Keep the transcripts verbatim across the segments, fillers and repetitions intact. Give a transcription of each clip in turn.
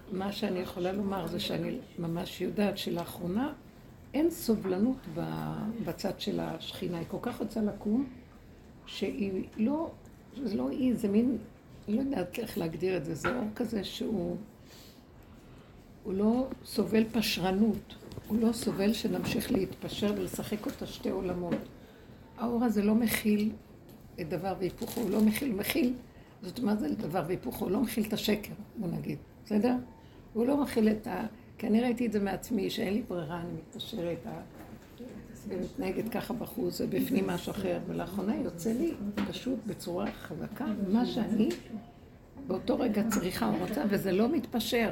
מה שאני יכולה לומר זה שאני ממש יודעת שלאחרונה אין סובלנות בצד של השכינה. היא כל כך רוצה לקום, שהיא לא, זה לא היא, זה מין, אני לא יודעת איך להגדיר את זה, זה אור כזה שהוא, הוא לא סובל פשרנות, הוא לא סובל שנמשיך להתפשר ולשחק אותה שתי עולמות. האור הזה לא מכיל את דבר והיפוכו, הוא לא מכיל, הוא מכיל, זאת אומרת זה דבר והיפוכו, הוא לא מכיל את השקר, בוא נגיד, בסדר? הוא לא מכיל את ה... כי אני ראיתי את זה מעצמי, שאין לי ברירה, אני מתפשרת, ומתנהגת ככה בחוץ, ובפנים משהו אחר, ולאחרונה יוצא לי פשוט בצורה חזקה, מה שאני באותו רגע צריכה או רוצה, וזה לא מתפשר.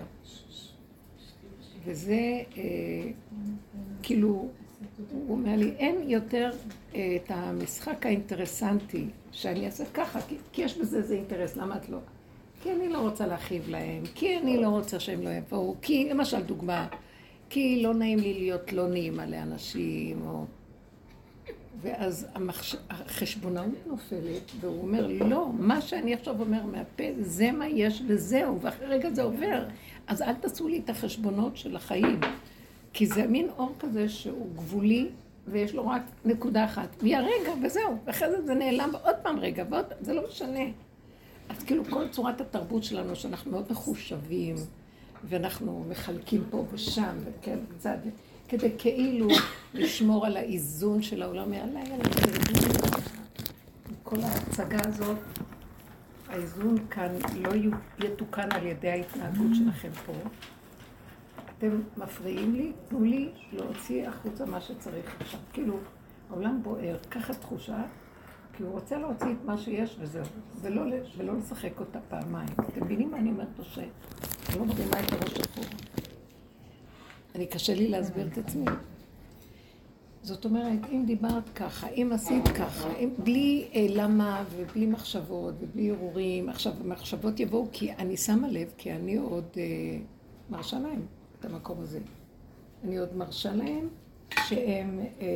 וזה, אה, כאילו, הוא אומר לי, אין יותר אה, את המשחק האינטרסנטי, שאני אעשה ככה, כי, כי יש בזה איזה אינטרס, למה את לא? כי אני לא רוצה להכאיב להם, כי אני לא רוצה שהם לא יבואו, כי, למשל דוגמה, כי לא נעים לי להיות לא נעימה לאנשים, או... ואז המחש... החשבונאות נופלת, והוא אומר, לא, מה שאני עכשיו אומר מהפה, זה מה יש וזהו, ואחרי רגע זה עובר, אז אל תעשו לי את החשבונות של החיים, כי זה מין אור כזה שהוא גבולי, ויש לו רק נקודה אחת, מהרגע וזהו, ואחרי זה זה נעלם עוד פעם רגע, ועוד פעם, זה לא משנה. אז כאילו כל צורת התרבות שלנו, שאנחנו מאוד מחושבים, ואנחנו מחלקים פה ושם, וכן, קצת, כדי כאילו לשמור על האיזון של העולם, יאללה, יאללה, יאללה. כל ההצגה הזאת, האיזון כאן לא יתוקן על ידי ההתנהגות שלכם פה. אתם מפריעים לי, תנו לי להוציא החוצה מה שצריך עכשיו. כאילו, העולם בוער, ככה תחושה, כי הוא רוצה להוציא את מה שיש וזהו, ולא, ולא לשחק אותה פעמיים. אתם מבינים מה אני אומרת פה ש... אני לא מבינה את הראש שחור. אני קשה לי להסביר את עצמי. זאת אומרת, אם דיברת ככה, אם עשית ככה, אם, בלי אה, למה ובלי מחשבות ובלי ערעורים, עכשיו המחשבות יבואו כי אני שמה לב, כי אני עוד אה, מרשה להם את המקום הזה. אני עוד מרשה להם שהם... אה,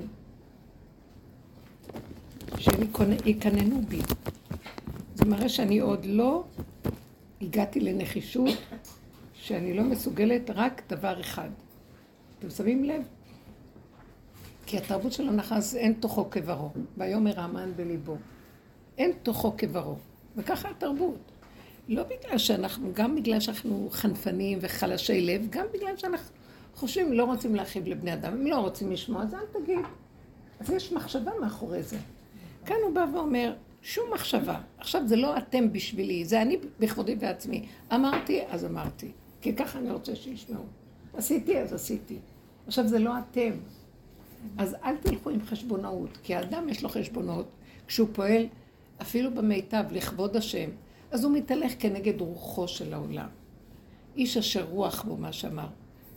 שהם יקננו בי. זה מראה שאני עוד לא הגעתי לנחישות, שאני לא מסוגלת רק דבר אחד. אתם שמים לב? כי התרבות של הנחש אין תוכו כברו, ויאמר המן בליבו. אין תוכו כברו, וככה התרבות. לא בגלל שאנחנו, גם בגלל שאנחנו חנפנים וחלשי לב, גם בגלל שאנחנו חושבים, לא רוצים להכאיב לבני אדם, אם לא רוצים לשמוע, אז אל תגיד. אז יש מחשבה מאחורי זה. כאן הוא בא ואומר, שום מחשבה. עכשיו זה לא אתם בשבילי, זה אני בכבודי בעצמי. אמרתי, אז אמרתי. כי ככה אני רוצה שישמעו. עשיתי, אז עשיתי. עכשיו זה לא אתם. אז אל תלכו עם חשבונאות, כי האדם יש לו חשבונות, כשהוא פועל אפילו במיטב לכבוד השם, אז הוא מתהלך כנגד רוחו של העולם. איש אשר רוח בו, מה שאמר,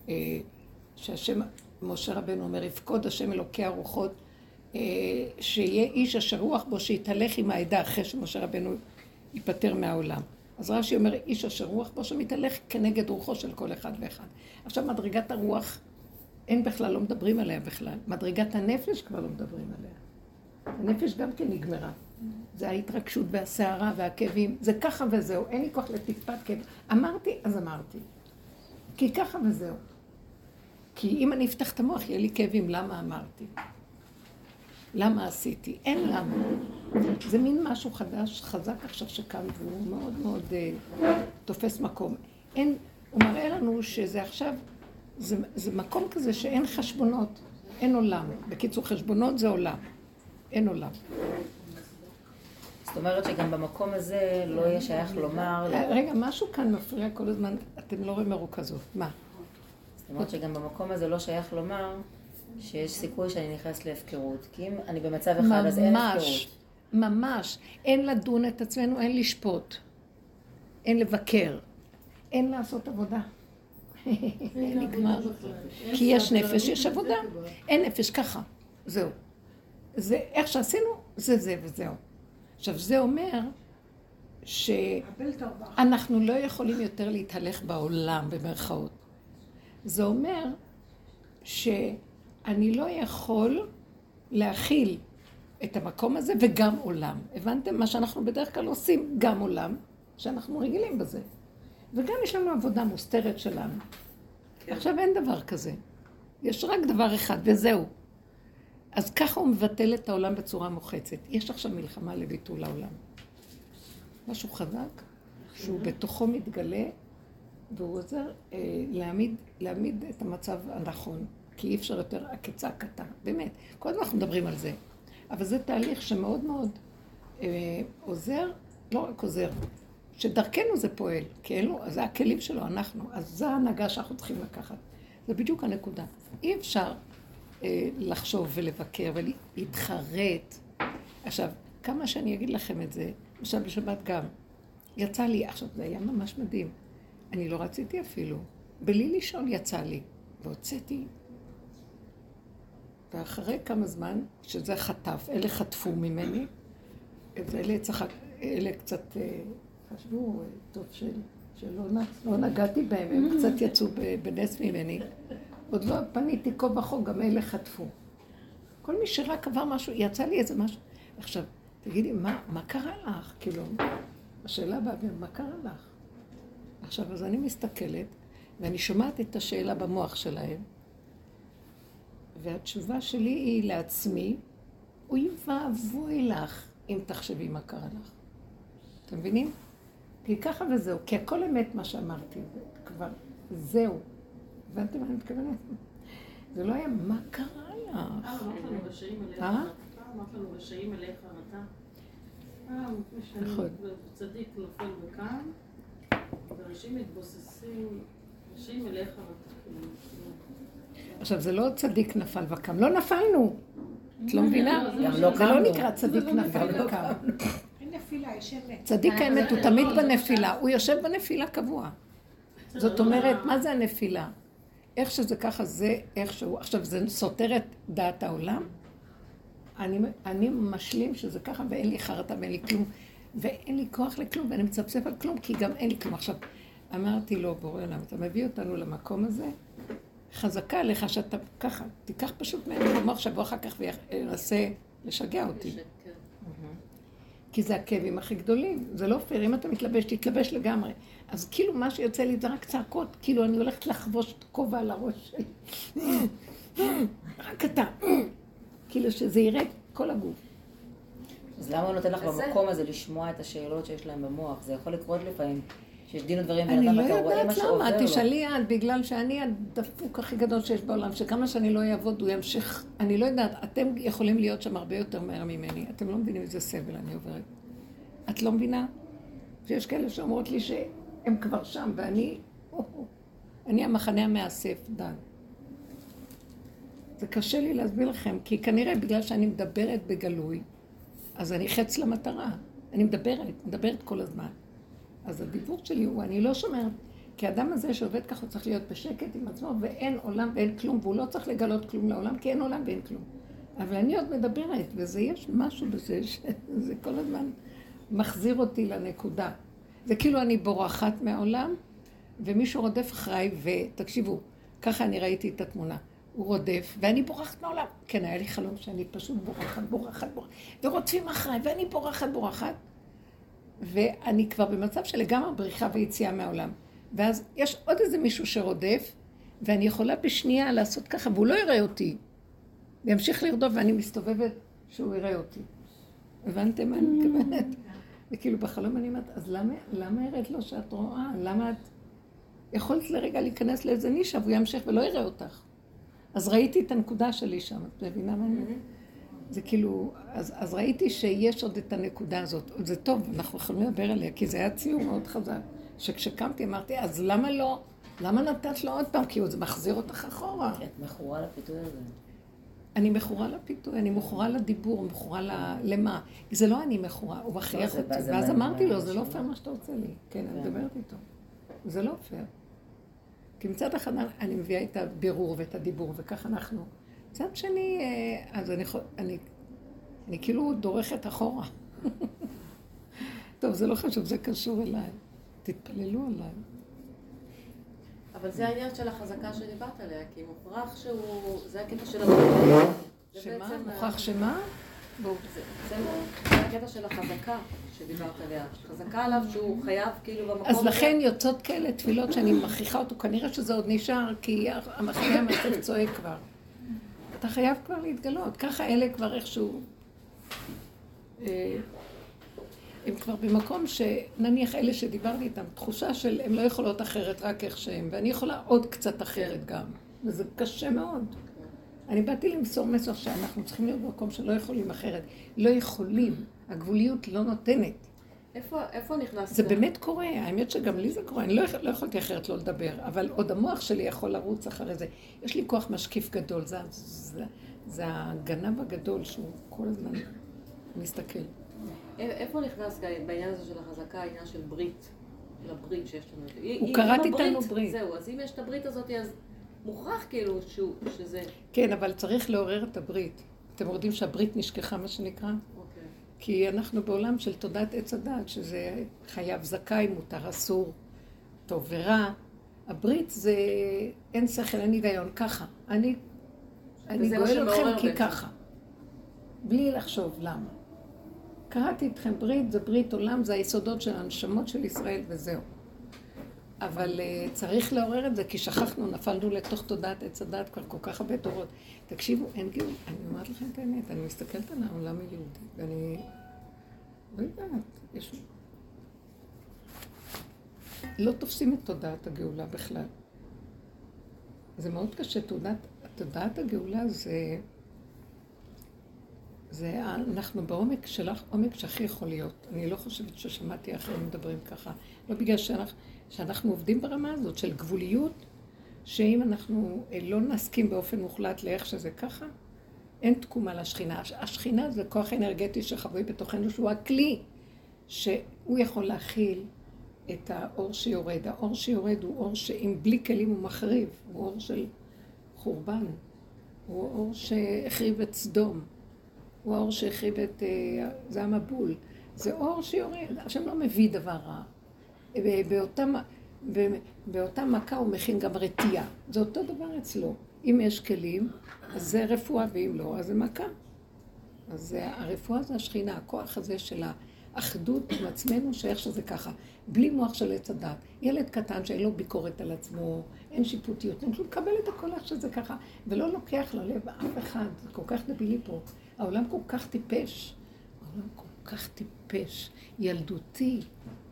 שהשם, משה רבנו אומר, יפקוד השם אלוקי הרוחות, שיהיה איש אשר רוח בו שיתהלך עם העדה אחרי שמשה רבנו ייפטר מהעולם. אז רש"י אומר, איש אשר רוח בו שמתהלך כנגד רוחו של כל אחד ואחד. עכשיו מדרגת הרוח, אין בכלל, לא מדברים עליה בכלל. מדרגת הנפש כבר לא מדברים עליה. הנפש גם כן נגמרה. זה ההתרגשות והסערה והכאבים, זה ככה וזהו, אין לי כוח לטיפת כאב. אמרתי, אז אמרתי. כי ככה וזהו. כי אם אני אפתח את המוח, יהיה לי כאבים, למה אמרתי? למה עשיתי? אין למה. זה מין משהו חדש, חזק עכשיו שקם, והוא מאוד מאוד uh, תופס מקום. אין, הוא מראה לנו שזה עכשיו, זה, זה מקום כזה שאין חשבונות, אין עולם. בקיצור, חשבונות זה עולם. אין עולם. זאת אומרת שגם במקום הזה לא יהיה שייך לומר... רגע, משהו כאן מפריע כל הזמן, אתם לא רואים מרוכזות. מה? זאת אומרת שגם במקום הזה לא שייך לומר שיש סיכוי שאני נכנס להפקרות. כי אם אני במצב אחד, אז אין הפקרות. ממש. אין לדון את עצמנו, אין לשפוט. אין לבקר. אין לעשות עבודה. אין נגמר. כי יש נפש, יש עבודה. אין נפש, ככה. זהו. זה, איך שעשינו, זה זה וזהו. עכשיו, זה אומר שאנחנו לא יכולים יותר להתהלך בעולם, במרכאות. זה אומר שאני לא יכול להכיל את המקום הזה וגם עולם. הבנתם מה שאנחנו בדרך כלל עושים? גם עולם, שאנחנו רגילים בזה. וגם יש לנו עבודה מוסתרת שלנו. כן. עכשיו אין דבר כזה. יש רק דבר אחד, וזהו. אז ככה הוא מבטל את העולם בצורה מוחצת. יש עכשיו מלחמה לביטול העולם. משהו חזק, שהוא בתוכו מתגלה, והוא עוזר אה, להעמיד, להעמיד את המצב הנכון. כי אי אפשר יותר עקיצה קטה, באמת. כל הזמן אנחנו מדברים על זה. אבל זה תהליך שמאוד מאוד אה, עוזר, לא רק עוזר, שדרכנו זה פועל, כי אלו, זה הכלים שלו, אנחנו. אז זה ההנהגה שאנחנו צריכים לקחת. זה בדיוק הנקודה. אי אפשר אה, לחשוב ולבקר ולהתחרט. עכשיו, כמה שאני אגיד לכם את זה, עכשיו בשבת גם, יצא לי, עכשיו זה היה ממש מדהים. אני לא רציתי אפילו. בלי לשאול יצא לי, והוצאתי. ואחרי כמה זמן, שזה חטף, אלה חטפו ממני, אלה, צחק, אלה קצת חשבו, טוב של, שלא לא נגעתי בהם, הם קצת יצאו בנס ממני. עוד לא פניתי כה וכה, גם אלה חטפו. כל מי שרק עבר משהו, יצא לי איזה משהו. עכשיו, תגידי, מה, מה קרה לך? כאילו, השאלה באה, מה קרה לך? עכשיו, אז אני מסתכלת, ואני שומעת את השאלה במוח שלהם, והתשובה שלי היא לעצמי, אוי ואבוי לך אם תחשבי מה קרה לך. אתם מבינים? כי ככה וזהו, כי הכל אמת מה שאמרתי, כבר זהו. הבנתם מה אני מתכוונת? זה לא היה, מה קרה לך? אמרת לנו רשעים עליך רתה? אמרת לנו רשעים עליך רתה? נכון. צדיק נופל וכאן, ורשעים מתבוססים, רשעים עליך רתה. עכשיו, זה לא צדיק נפל וקם, לא נפלנו. את לא מבינה? זה לא נקרא צדיק נפל וקם. אין נפילה, יש אמת. צדיק האמת הוא תמיד בנפילה, הוא יושב בנפילה קבוע. זאת אומרת, מה זה הנפילה? איך שזה ככה, זה איכשהו. עכשיו, זה סותר את דעת העולם. אני, אני משלים שזה ככה, ואין לי חרטה ואין לי כלום, ואין לי כוח לכלום, ואני מצפצף על כלום, כי גם אין לי כלום. עכשיו, אמרתי לו, בורא עולם, אתה מביא אותנו למקום הזה, חזקה עליך שאתה ככה, תיקח פשוט ממנו במוח שבוע אחר כך וינסה לשגע אותי. כי זה הכאבים הכי גדולים, זה לא פייר, אם אתה מתלבש, תתלבש לגמרי. אז כאילו מה שיוצא לי זה רק צעקות, כאילו אני הולכת לחבוש כובע על הראש שלי. רק אתה. כאילו שזה יראה כל הגוף. אז למה הוא נותן לך במקום הזה לשמוע את השאלות שיש להם במוח? זה יכול לקרות לפעמים. שיש דין ודברים בן אדם, אתה רואה מה שעובר לו. אני לא יודעת למה, תשאלי עד, בגלל שאני הדפוק הכי גדול שיש בעולם, שכמה שאני לא אעבוד, הוא ימשיך. אני לא יודעת, אתם יכולים להיות שם הרבה יותר מהר ממני. אתם לא מבינים איזה סבל אני עוברת. את לא מבינה? שיש כאלה שאומרות לי שהם כבר שם, ואני, אני המחנה המאסף, דן. זה קשה לי להסביר לכם, כי כנראה בגלל שאני מדברת בגלוי, אז אני חץ למטרה. אני מדברת, מדברת כל הזמן. אז הדיבור שלי הוא, אני לא שומרת, כי האדם הזה שעובד ככה צריך להיות בשקט עם עצמו, ואין עולם ואין כלום, והוא לא צריך לגלות כלום לעולם, כי אין עולם ואין כלום. אבל אני עוד מדברת, וזה יש משהו בזה, שזה כל הזמן מחזיר אותי לנקודה. זה כאילו אני בורחת מהעולם, ומישהו רודף אחריי, ותקשיבו, ככה אני ראיתי את התמונה. הוא רודף, ואני בורחת מהעולם. כן, היה לי חלום שאני פשוט בורחת, בורחת, בורחת, ורודפים אחריי, ואני בורחת, בורחת. ואני כבר במצב של לגמרי בריחה ויציאה מהעולם. ואז יש עוד איזה מישהו שרודף, ואני יכולה בשנייה לעשות ככה, והוא לא יראה אותי. וימשיך לרדוף, ואני מסתובבת שהוא יראה אותי. הבנתם מה אני מתכוונת? וכאילו בחלום אני אומרת, אז למה, למה הראית לו שאת רואה? למה את יכולת לרגע להיכנס לאיזה נישה, והוא ימשיך ולא יראה אותך? אז ראיתי את הנקודה שלי שם, את מבינה מה אני... זה כאילו, אז, אז ראיתי שיש עוד את הנקודה הזאת. זה טוב, אנחנו יכולים לדבר עליה, כי זה היה ציור מאוד חזק. שכשקמתי אמרתי, אז למה לא? למה נתת לו עוד פעם? כי זה מחזיר אותך אחורה. את מכורה לפיתוי הזה. אני מכורה לפיתוי, אני מכורה לדיבור, מכורה למה? זה לא אני מכורה, הוא מכריח אותי. ואז אמרתי לו, זה לא פייר מה שאתה רוצה לי. כן, אני מדברת איתו. זה לא פייר. כי מצד אחד אני מביאה את הבירור ואת הדיבור, וכך אנחנו. מצד שני, אז אני, אני, אני כאילו דורכת אחורה. טוב, זה לא חשוב, זה קשור אליי. תתפללו עליי. אבל זה העניין של החזקה שדיברת עליה, כי מוכרח שהוא... זה הקטע של המוכרח. שמה? מוכרח שמה? בואו. זה זה הקטע של החזקה שדיברת עליה. חזקה עליו שהוא חייב כאילו במקום... אז לכן יוצאות כאלה תפילות שאני מכריחה אותו, כנראה שזה עוד נשאר, כי המחנה המצב צועק כבר. אתה חייב כבר להתגלות, ככה אלה כבר איכשהו... הם כבר במקום שנניח אלה שדיברתי איתם, תחושה של הם לא יכולות אחרת רק איך שהם, ואני יכולה עוד קצת אחרת גם, וזה קשה מאוד. אני באתי למסור מסר שאנחנו צריכים להיות במקום שלא יכולים אחרת. לא יכולים, הגבוליות לא נותנת. איפה, איפה נכנס? זה באמת קורה, האמת שגם לי זה קורה, אני לא, לא יכולתי אחרת לא לדבר, אבל עוד המוח שלי יכול לרוץ אחרי זה. יש לי כוח משקיף גדול, זה, זה, זה הגנב הגדול שהוא כל הזמן מסתכל. איפה נכנס בעניין הזה של החזקה, העניין של ברית, של הברית שיש לנו? הוא קראת איתנו ברית. זהו, אז אם יש את הברית הזאת, אז מוכרח כאילו שהוא, שזה... כן, אבל צריך לעורר את הברית. אתם יודעים שהברית נשכחה, מה שנקרא? אוקיי. כי אנחנו בעולם של תודעת עץ הדת, שזה חייב זכאי, מותר אסור, טוב ורע. הברית זה אין שכל, אין היגיון, ככה. אני, אני גואל אתכם כי ככה. בלי לחשוב למה. קראתי אתכם ברית, זה ברית עולם, זה היסודות של הנשמות של ישראל וזהו. אבל uh, צריך לעורר את זה, כי שכחנו, נפלנו לתוך תודעת עץ הדת כבר כל כך הרבה דורות. תקשיבו, אין גיל, אני אומרת לכם את האמת, אני מסתכלת על העולם היהודי, ואני לא יודעת, יש... לא תופסים את תודעת הגאולה בכלל. זה מאוד קשה, תודעת, תודעת הגאולה זה... זה אנחנו בעומק שלך, עומק שהכי יכול להיות. אני לא חושבת ששמעתי אחרים מדברים ככה. לא בגלל שאנחנו, שאנחנו עובדים ברמה הזאת של גבוליות, שאם אנחנו לא נסכים באופן מוחלט לאיך שזה ככה, אין תקומה לשכינה. השכינה זה כוח אנרגטי שחבוי בתוכנו, שהוא הכלי שהוא יכול להכיל את האור שיורד. האור שיורד הוא אור שאם בלי כלים הוא מחריב, הוא אור של חורבן, הוא אור שהחריב את סדום. הוא האור שהחריב את... זה המבול. זה אור שיורד. השם לא מביא דבר רע. באותה, באותה מכה הוא מכין גם רתיעה. זה אותו דבר אצלו. אם יש כלים, אז זה רפואה, ואם לא, אז זה מכה. אז הרפואה זה השכינה, הכוח הזה של האחדות עם עצמנו, שאיך שזה ככה. בלי מוח של עץ הדת. ילד קטן שאין לו ביקורת על עצמו, אין שיפוטיות, הוא מקבל את הכל איך שזה ככה, ולא לוקח ללב אף אחד. זה כל כך דבילי פה. העולם כל כך טיפש, העולם כל כך טיפש, ילדותי.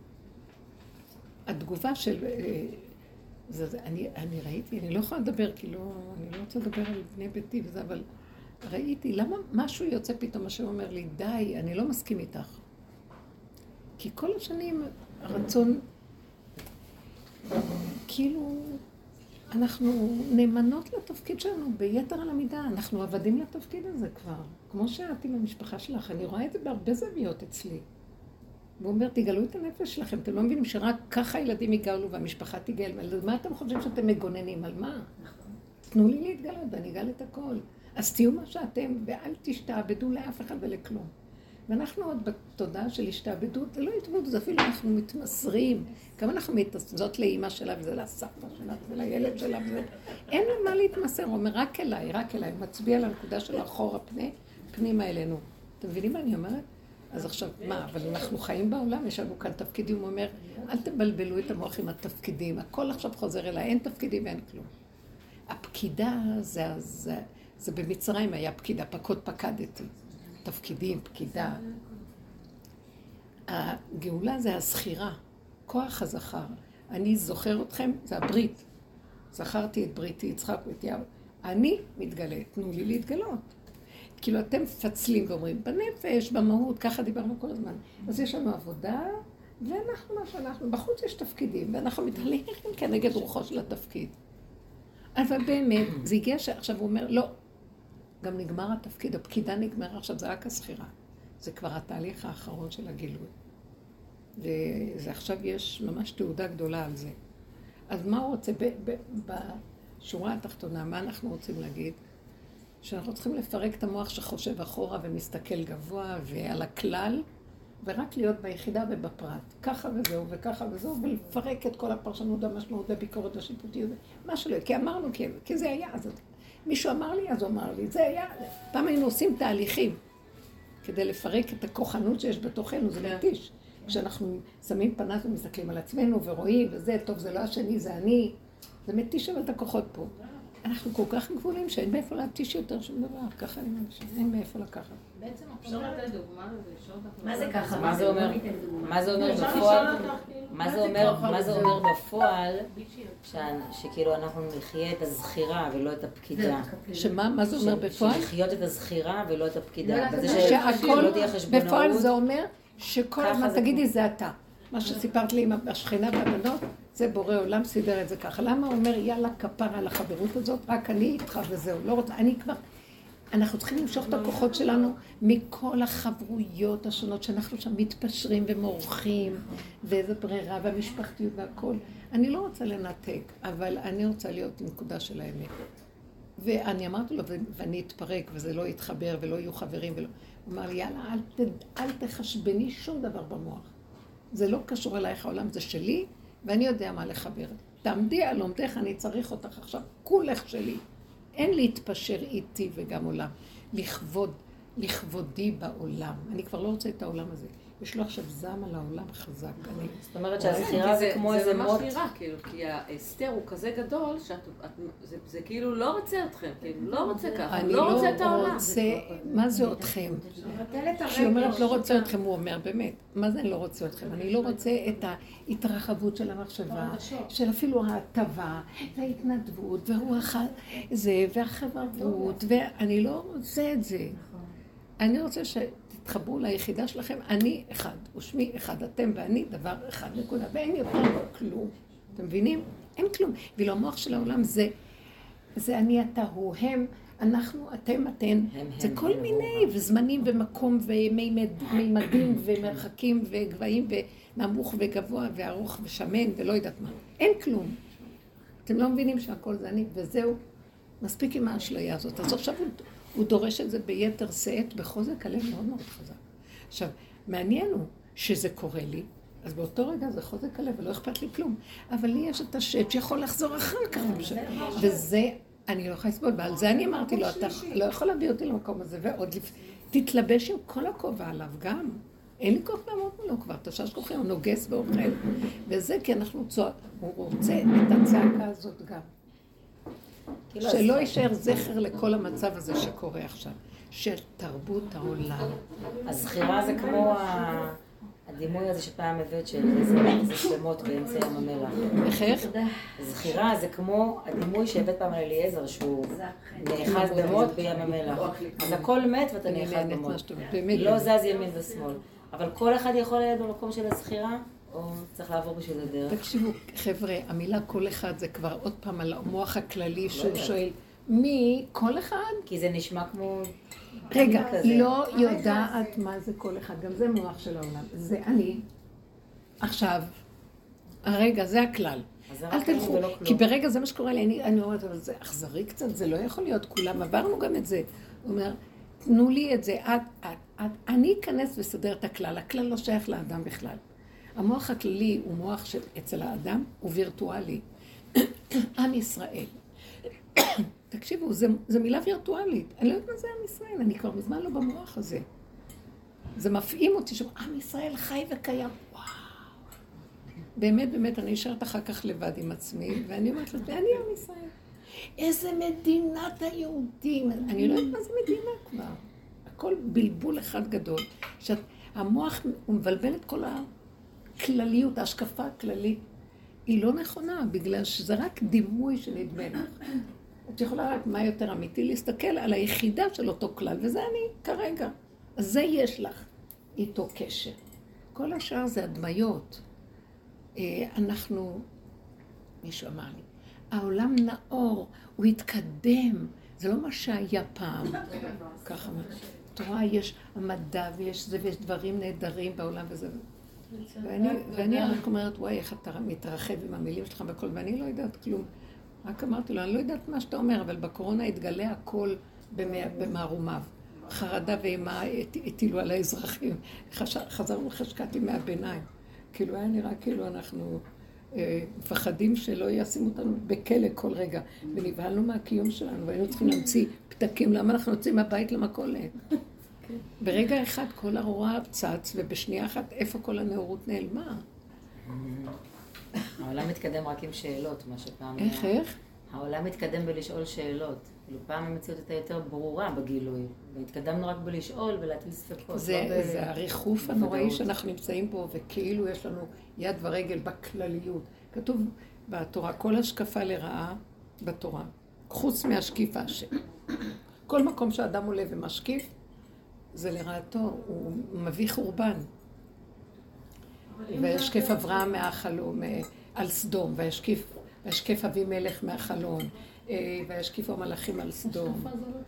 התגובה של... זה, זה, אני, אני ראיתי, אני לא יכולה לדבר, כי לא, אני לא רוצה לדבר על בני ביתי וזה, אבל ראיתי, למה משהו יוצא פתאום, מה שאומר לי, די, אני לא מסכים איתך. כי כל השנים הרצון, כאילו... אנחנו נאמנות לתפקיד שלנו ביתר על המידה, אנחנו עבדים לתפקיד הזה כבר. כמו שאת עם המשפחה שלך, אני רואה את זה בהרבה זוויות אצלי. הוא אומר, תגלו את הנפש שלכם, אתם לא מבינים שרק ככה ילדים יגאלו והמשפחה תגאל. מה אתם חושבים שאתם מגוננים? על מה? תנו לי להתגלות ואני אגל את הכל. אז תהיו מה שאתם ואל תשתעבדו לאף אחד ולכלום. ואנחנו עוד בתודעה של השתעבדות, זה לא התעבדות, זה אפילו אנחנו מתמסרים. כמה אנחנו מתמסרים, זאת לאמא שלה וזה לסבתא שלה ולילד שלה וזה. אין למה להתמסר, הוא אומר רק אליי, רק אליי. הוא מצביע לנקודה של אחור הפני, פנימה אלינו. אתם מבינים מה אני אומרת? אז עכשיו, מה, אבל אנחנו חיים בעולם, יש לנו כאן תפקידים, הוא אומר, אל תבלבלו את המוח עם התפקידים, הכל עכשיו חוזר אליי, אין תפקידים ואין כלום. הפקידה זה, זה, זה במצרים היה פקידה, פקוד פקדתי. תפקידים, פקידה. הגאולה זה הזכירה, כוח הזכר. אני זוכר אתכם, זה הברית. זכרתי את בריתי, יצחק ותיהו. אני מתגלה, תנו לי להתגלות. כאילו אתם מפצלים ואומרים, בנפש, במהות, ככה דיברנו כל הזמן. אז יש לנו עבודה, ואנחנו מה שאנחנו, בחוץ יש תפקידים, ואנחנו מתהלכים כנגד רוחו של התפקיד. אבל באמת, זה הגיע שעכשיו הוא אומר, לא, גם נגמר התפקיד, הפקידה נגמרה, עכשיו זה רק הסחירה. זה כבר התהליך האחרון של הגילוי. וזה עכשיו יש ממש תעודה גדולה על זה. אז מה הוא רוצה? ב- ב- בשורה התחתונה, מה אנחנו רוצים להגיד? שאנחנו צריכים לפרק את המוח שחושב אחורה ומסתכל גבוה ועל הכלל, ורק להיות ביחידה ובפרט. ככה וזהו וככה וזהו, ולפרק את כל הפרשנות, המשמעות והביקורת והשיפוטיות. מה שלא, כי אמרנו, כי, כי זה היה, אז מישהו אמר לי, אז הוא אמר לי, זה היה, פעם היינו עושים תהליכים. כדי לפרק את הכוחנות שיש בתוכנו, זה מתיש. כשאנחנו שמים פנס ומסתכלים על עצמנו ורואים, וזה, טוב, זה לא השני, זה אני. זה מתיש אבל את הכוחות פה. אנחנו כל כך גבולים שאין מאיפה להתיש יותר שום דבר. ככה אני מרגישה, אין מאיפה לקחת. אפשר לתת דוגמה לזה, לשאול אותך. מה זה ככה? מה זה אומר? מה זה אומר בפועל? מה זה אומר, מה זה אומר בפועל שכאילו אנחנו נחיה את הזכירה ולא את הפקידה? שמה? מה זה אומר בפועל? לחיות את הזכירה ולא את הפקידה. שהכל בפועל זה אומר שכל הזמן תגידי זה אתה. מה שסיפרת לי עם השכנה והבנות, זה בורא עולם סידר את זה ככה. למה הוא אומר יאללה כפר על החברות הזאת, רק אני איתך וזהו, לא רוצה, אני כבר... אנחנו צריכים למשוך את הכוחות שלנו מכל החברויות השונות שאנחנו שם מתפשרים ומורחים ואיזה ברירה והמשפחתיות והכל. אני לא רוצה לנתק, אבל אני רוצה להיות נקודה של האמת. ואני אמרתי לו, ואני אתפרק וזה לא יתחבר ולא יהיו חברים ולא... הוא אמר לי, יאללה, אל, ת, אל תחשבני שום דבר במוח. זה לא קשור אלייך, העולם זה שלי, ואני יודע מה לחבר. תעמדי על עומדך, אני צריך אותך עכשיו, כולך שלי. אין להתפשר איתי וגם עולם. לכבוד, לכבודי בעולם. אני כבר לא רוצה את העולם הזה. יש לו עכשיו זעם על העולם חזק. אני... זאת אומרת שהזכירה זה כמו איזה מוט. זה ממש נראה, כאילו, כי ההסתר הוא כזה גדול, שזה כאילו לא רוצה אתכם, כאילו, לא רוצה ככה, לא רוצה את העולם. אני לא רוצה, מה זה אתכם? כשהיא אומרת לא רוצה אתכם, הוא אומר, באמת, מה זה אני לא רוצה אתכם? אני לא רוצה את ההתרחבות של המחשבה, של אפילו ההטבה, וההתנדבות, ורוח זה, והחברות, ואני לא רוצה את זה. אני רוצה ש... תתחברו ליחידה שלכם, אני אחד, ושמי אחד, אתם ואני דבר אחד, נקודה, ואין יותר כלום. אתם מבינים? אין כלום. ואילו המוח של העולם זה, זה אני, אתה, הוא, הם, אנחנו, אתם, אתן. זה כל מיני, וזמנים ומקום, ומימדים, ומרחקים, וגבהים, ונמוך וגבוה, וארוך ושמן, ולא יודעת מה. אין כלום. אתם לא מבינים שהכל זה אני, וזהו. מספיק עם האשליה הזאת. אז עכשיו הוא... הוא דורש את זה ביתר שאת, בחוזק הלב מאוד מאוד חזק. עכשיו, מעניין הוא שזה קורה לי, אז באותו רגע זה חוזק הלב ולא אכפת לי כלום. אבל לי יש את השט שיכול לחזור אחר כך. וזה, אני לא יכולה לסבול, ועל זה אני אמרתי לו, אתה לא יכול להביא אותי למקום הזה, ועוד תתלבש עם כל הכובע עליו גם. אין לי כוח לעמוד מולו כבר, תשש כוחי, הוא נוגס ואוכל. וזה כי אנחנו צועק, הוא רוצה את הצעקה הזאת גם. שלא יישאר זכר לכל המצב הזה שקורה עכשיו, של תרבות העולם. הזכירה זה כמו הדימוי הזה שפעם הבאת של איזה שלמות באמצע ים המלח. איך? הזכירה זה כמו הדימוי שהבאת פעם על אליעזר, שהוא נאחז במות בים המלח. אז הכל מת ואתה נאחז במות. לא זז ימין ושמאל. אבל כל אחד יכול להיות במקום של הזכירה? או צריך לעבור בשביל הדרך? תקשיבו, חבר'ה, המילה כל אחד זה כבר עוד פעם על המוח הכללי שהוא שואל, מי? כל אחד? כי זה נשמע כמו... רגע, לא יודעת מה זה כל אחד, גם זה מוח של העולם. זה אני. עכשיו, הרגע, זה הכלל. אל תלכו, כי ברגע זה מה שקורה לי, אני אומרת, אבל זה אכזרי קצת, זה לא יכול להיות, כולם עברנו גם את זה. הוא אומר, תנו לי את זה, אני אכנס וסדר את הכלל, הכלל לא שייך לאדם בכלל. המוח הכללי הוא מוח שאצל האדם הוא וירטואלי. עם ישראל. תקשיבו, זו מילה וירטואלית. אני לא יודעת מה זה עם ישראל, אני כבר מזמן לא במוח הזה. זה מפעים אותי שם, עם ישראל חי וקיים. וואו. באמת, באמת, אני אשארת אחר כך לבד עם עצמי, ואני אומרת לו, ואני עם ישראל. איזה מדינת היהודים. אני לא יודעת מה זה מדינה כבר. הכל בלבול אחד גדול. שהמוח הוא מבלבל את כל ה... כלליות, ההשקפה הכללית, היא לא נכונה, בגלל שזה רק דימוי שנדמה לך. את יכולה רק מה יותר אמיתי, להסתכל על היחידה של אותו כלל, וזה אני כרגע. אז זה יש לך איתו קשר. כל השאר זה הדמיות. אנחנו, מישהו אמר לי, העולם נאור, הוא התקדם, זה לא מה שהיה פעם. ככה, תורה, יש המדע ויש זה, ויש דברים נהדרים בעולם וזה. ואני, ואני רק אומרת, וואי, איך אתה מתרחב עם המילים שלך בכל, ואני לא יודעת כלום. רק אמרתי לו, אני לא יודעת מה שאתה אומר, אבל בקורונה התגלה הכל במערומיו. חרדה ואימה הטילו על האזרחים. חזרנו חשקתי מהביניים. כאילו היה נראה כאילו אנחנו אה, מפחדים שלא ישימו אותנו בכלא כל רגע. ונבהלנו מהקיום שלנו, והיינו צריכים להמציא פתקים. למה אנחנו יוצאים מהבית למכולת? ברגע אחד כל הרוע צץ, ובשנייה אחת איפה כל הנאורות נעלמה. העולם מתקדם רק עם שאלות, מה שפעם... איך, איך? העולם מתקדם בלשאול שאלות. כאילו פעם המציאות הייתה יותר ברורה בגילוי, והתקדמנו רק בלשאול ולהטיל ספקות. זה הריחוף הנוראי שאנחנו נמצאים בו, וכאילו יש לנו יד ורגל בכלליות. כתוב בתורה, כל השקפה לרעה בתורה, חוץ מהשקיף השם. כל מקום שאדם עולה ומשקיף, זה לרעתו, הוא מביא חורבן. וישקף אברהם מהחלום על סדום, וישקף, וישקף אבי מלך מהחלון, וישקיפו המלאכים על סדום.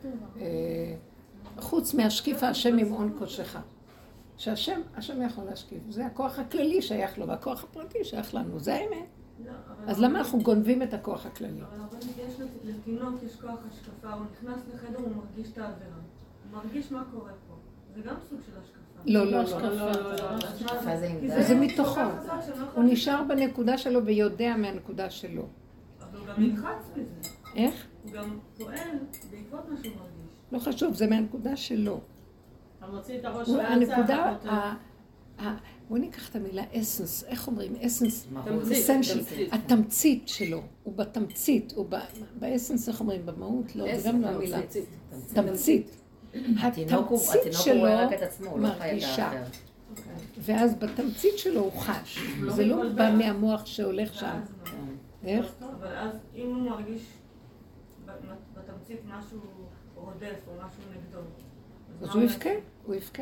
חוץ מהשקיף השם ממעון קודשך. שהשם, השם יכול להשקיף. זה הכוח הכללי שייך לו, והכוח הפרטי שייך לנו. זה האמת. אז למה אנחנו גונבים את הכוח הכללי? אבל הרבה יש לתינוק, יש כוח השקפה, הוא נכנס לחדר, הוא מרגיש את העבירה. הוא מרגיש מה קורה פה. זה גם סוג של השקפה. לא, לא, לא. זה מתוכו. הוא נשאר בנקודה שלו ויודע מהנקודה שלו. אבל הוא גם נלחץ בזה. איך? הוא גם פועל בעקבות מה שהוא מרגיש. לא חשוב, זה מהנקודה שלו. אתה מוציא את הראש הנקודה, בואו ניקח את המילה אסנס, איך אומרים? אסנס, התמצית שלו, הוא בתמצית, הוא באסנס, איך אומרים? במהות, לא, זה גם לא המילה. תמצית. התמצית שלו מרגישה. ואז בתמצית שלו הוא חש. זה לא בא מהמוח שהולך שם. איך? אבל אז אם הוא מרגיש בתמצית משהו רודף או משהו נגדו, אז הוא יפקה, הוא יפקה.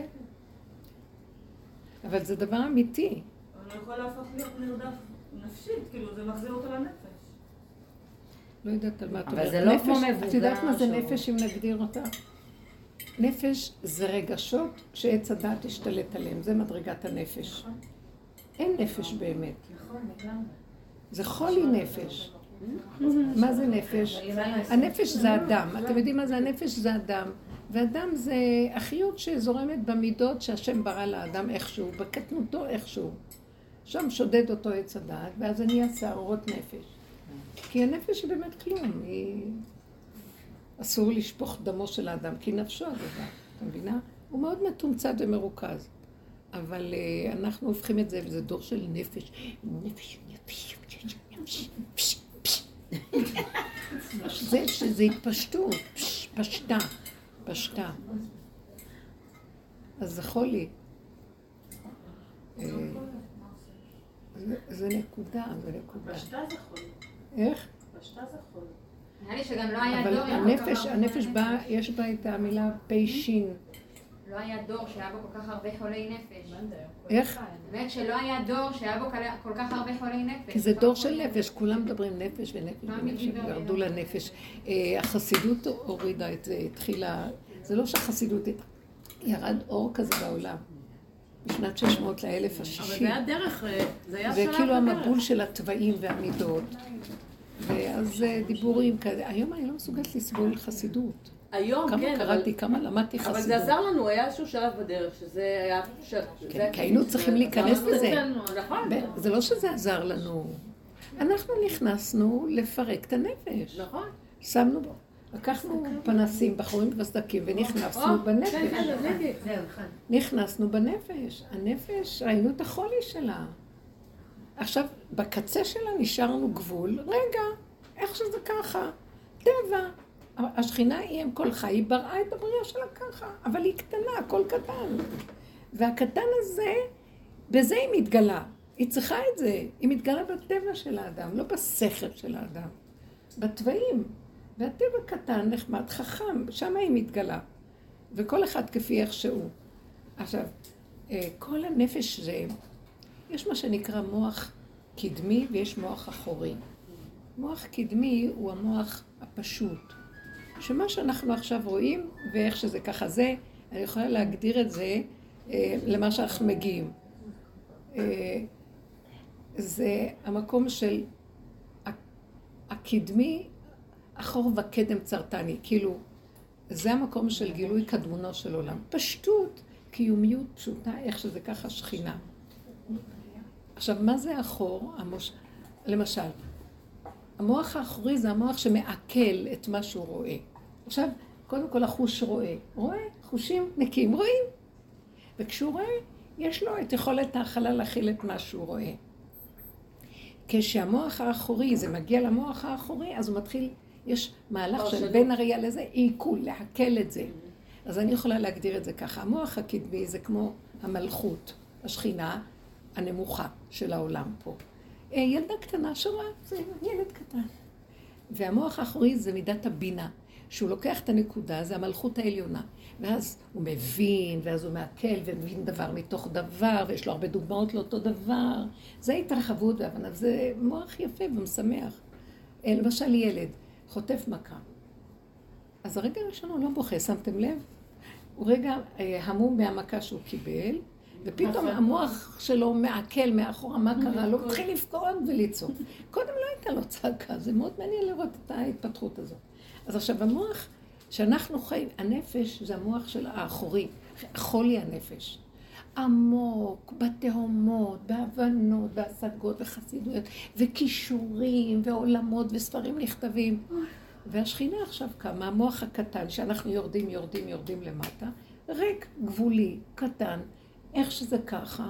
אבל זה דבר אמיתי. אבל הוא יכול להפוך להיות נרדף נפשית, כאילו זה מחזיר אותו לנפש. לא יודעת על מה את אומרת. אבל זה לא כמו מבוגר. את יודעת מה זה נפש אם נגדיר אותה? נפש זה רגשות שעץ הדעת השתלט עליהם, זה מדרגת הנפש. אין נפש באמת. זה חולי נפש. מה זה נפש? הנפש זה אדם. אתם יודעים מה זה הנפש? זה אדם. ואדם זה החיות שזורמת במידות שהשם ברא לאדם איכשהו, בקטנותו איכשהו. שם שודד אותו עץ הדעת, ואז אני אעשה אורות נפש. כי הנפש היא באמת כלום, היא... אסור לשפוך דמו של האדם, כי נפשו הדבר, אתה מבינה? הוא מאוד מתומצת ומרוכז. אבל uh, אנחנו הופכים את זה, וזה דור של נפש. נפש, נפש, נפש, נפש, נפש. זה שזה התפשטות, פשטה, פשטה. אז זה חולי. זה נקודה, זה נקודה. פשטה זה חולי. איך? פשטה זה חולי. נראה לי שגם לא היה אבל דור... הנפש, הנפש בא, יש בה את המילה פי שין. לא היה דור שהיה בו כל כך הרבה חולי נפש. איך? באמת שלא היה דור שהיה בו כל כך הרבה חולי נפש. כי זה דור של נפש, כולם מדברים נפש ונפש ונפש, ירדו לנפש. החסידות הורידה את זה, התחילה, זה לא שהחסידות, ירד אור כזה בעולם. בשנת שש מאות לאלף השישי. אבל זה היה דרך, זה היה שלב בדרך. זה כאילו המבול של הטבעים והמידות. ואז דיבורים כאלה. היום אני לא מסוגלת לסבול חסידות. היום, כמה כן, קראתי, כמה למדתי חסידות. אבל זה עזר לנו, היה איזשהו שלב בדרך, שזה היה... כן, כי היינו צריכים להיכנס לזה. נכון. זה לא שזה עזר לנו. אנחנו נכנסנו לפרק את הנפש. נכון. שמנו בו. לקחנו פנסים, בחורים וסדקים, ונכנסנו בנפש. נכנסנו בנפש. הנפש, ראינו את החולי שלה. עכשיו, בקצה שלה נשארנו גבול. רגע, איך שזה ככה? טבע. השכינה היא עם כל חי, היא בראה את הבריאה שלה ככה, אבל היא קטנה, הכל קטן. והקטן הזה, בזה היא מתגלה. היא צריכה את זה. היא מתגלה בטבע של האדם, לא בשכל של האדם. בטבעים. והטבע קטן, נחמד, חכם, שם היא מתגלה. וכל אחד כפי איך שהוא. עכשיו, כל הנפש זה, יש מה שנקרא מוח קדמי ויש מוח אחורי. מוח קדמי הוא המוח הפשוט. שמה שאנחנו עכשיו רואים, ואיך שזה ככה זה, אני יכולה להגדיר את זה אה, למה שאנחנו מגיעים. אה, זה המקום של הקדמי, אחור וקדם צרטני, כאילו, זה המקום של גילוי קדמונו של עולם. פשטות, קיומיות פשוטה, איך שזה ככה שכינה. עכשיו, מה זה אחור? המוש... למשל, המוח האחורי זה המוח שמעכל את מה שהוא רואה. עכשיו, קודם כל החוש רואה. רואה, חושים נקיים, רואים. וכשהוא רואה, יש לו את יכולת האכלה להכיל את מה שהוא רואה. כשהמוח האחורי, זה מגיע למוח האחורי, אז הוא מתחיל, יש מהלך של בין הראייה לזה, עיכול, להקל את זה. אז אני יכולה להגדיר את זה ככה. המוח הקדמי זה כמו המלכות, השכינה הנמוכה של העולם פה. ילדה קטנה שורה, זה ילד קטן. והמוח האחורי זה מידת הבינה, שהוא לוקח את הנקודה, זה המלכות העליונה. ואז הוא מבין, ואז הוא מעכל ומבין דבר מתוך דבר, ויש לו הרבה דוגמאות לאותו דבר. זה התרחבות והבנה, זה מוח יפה ומשמח. למשל ילד, חוטף מכה. אז הרגע הראשון הוא לא בוכה, שמתם לב? הוא רגע המום מהמכה שהוא קיבל, ופתאום המוח שלו מעכל מאחורה מה קרה לו, התחיל לפקוד וליצור. קודם לא הייתה לו צעקה, זה מאוד מעניין לראות את ההתפתחות הזאת. אז עכשיו המוח שאנחנו חיים, הנפש זה המוח של האחורי, חולי הנפש. עמוק, בתהומות, בהבנות, בהשגות וחסידויות, וכישורים ועולמות וספרים נכתבים. והשכינה עכשיו קמה, המוח הקטן שאנחנו יורדים, יורדים, יורדים למטה, ריק, גבולי, קטן, איך שזה ככה,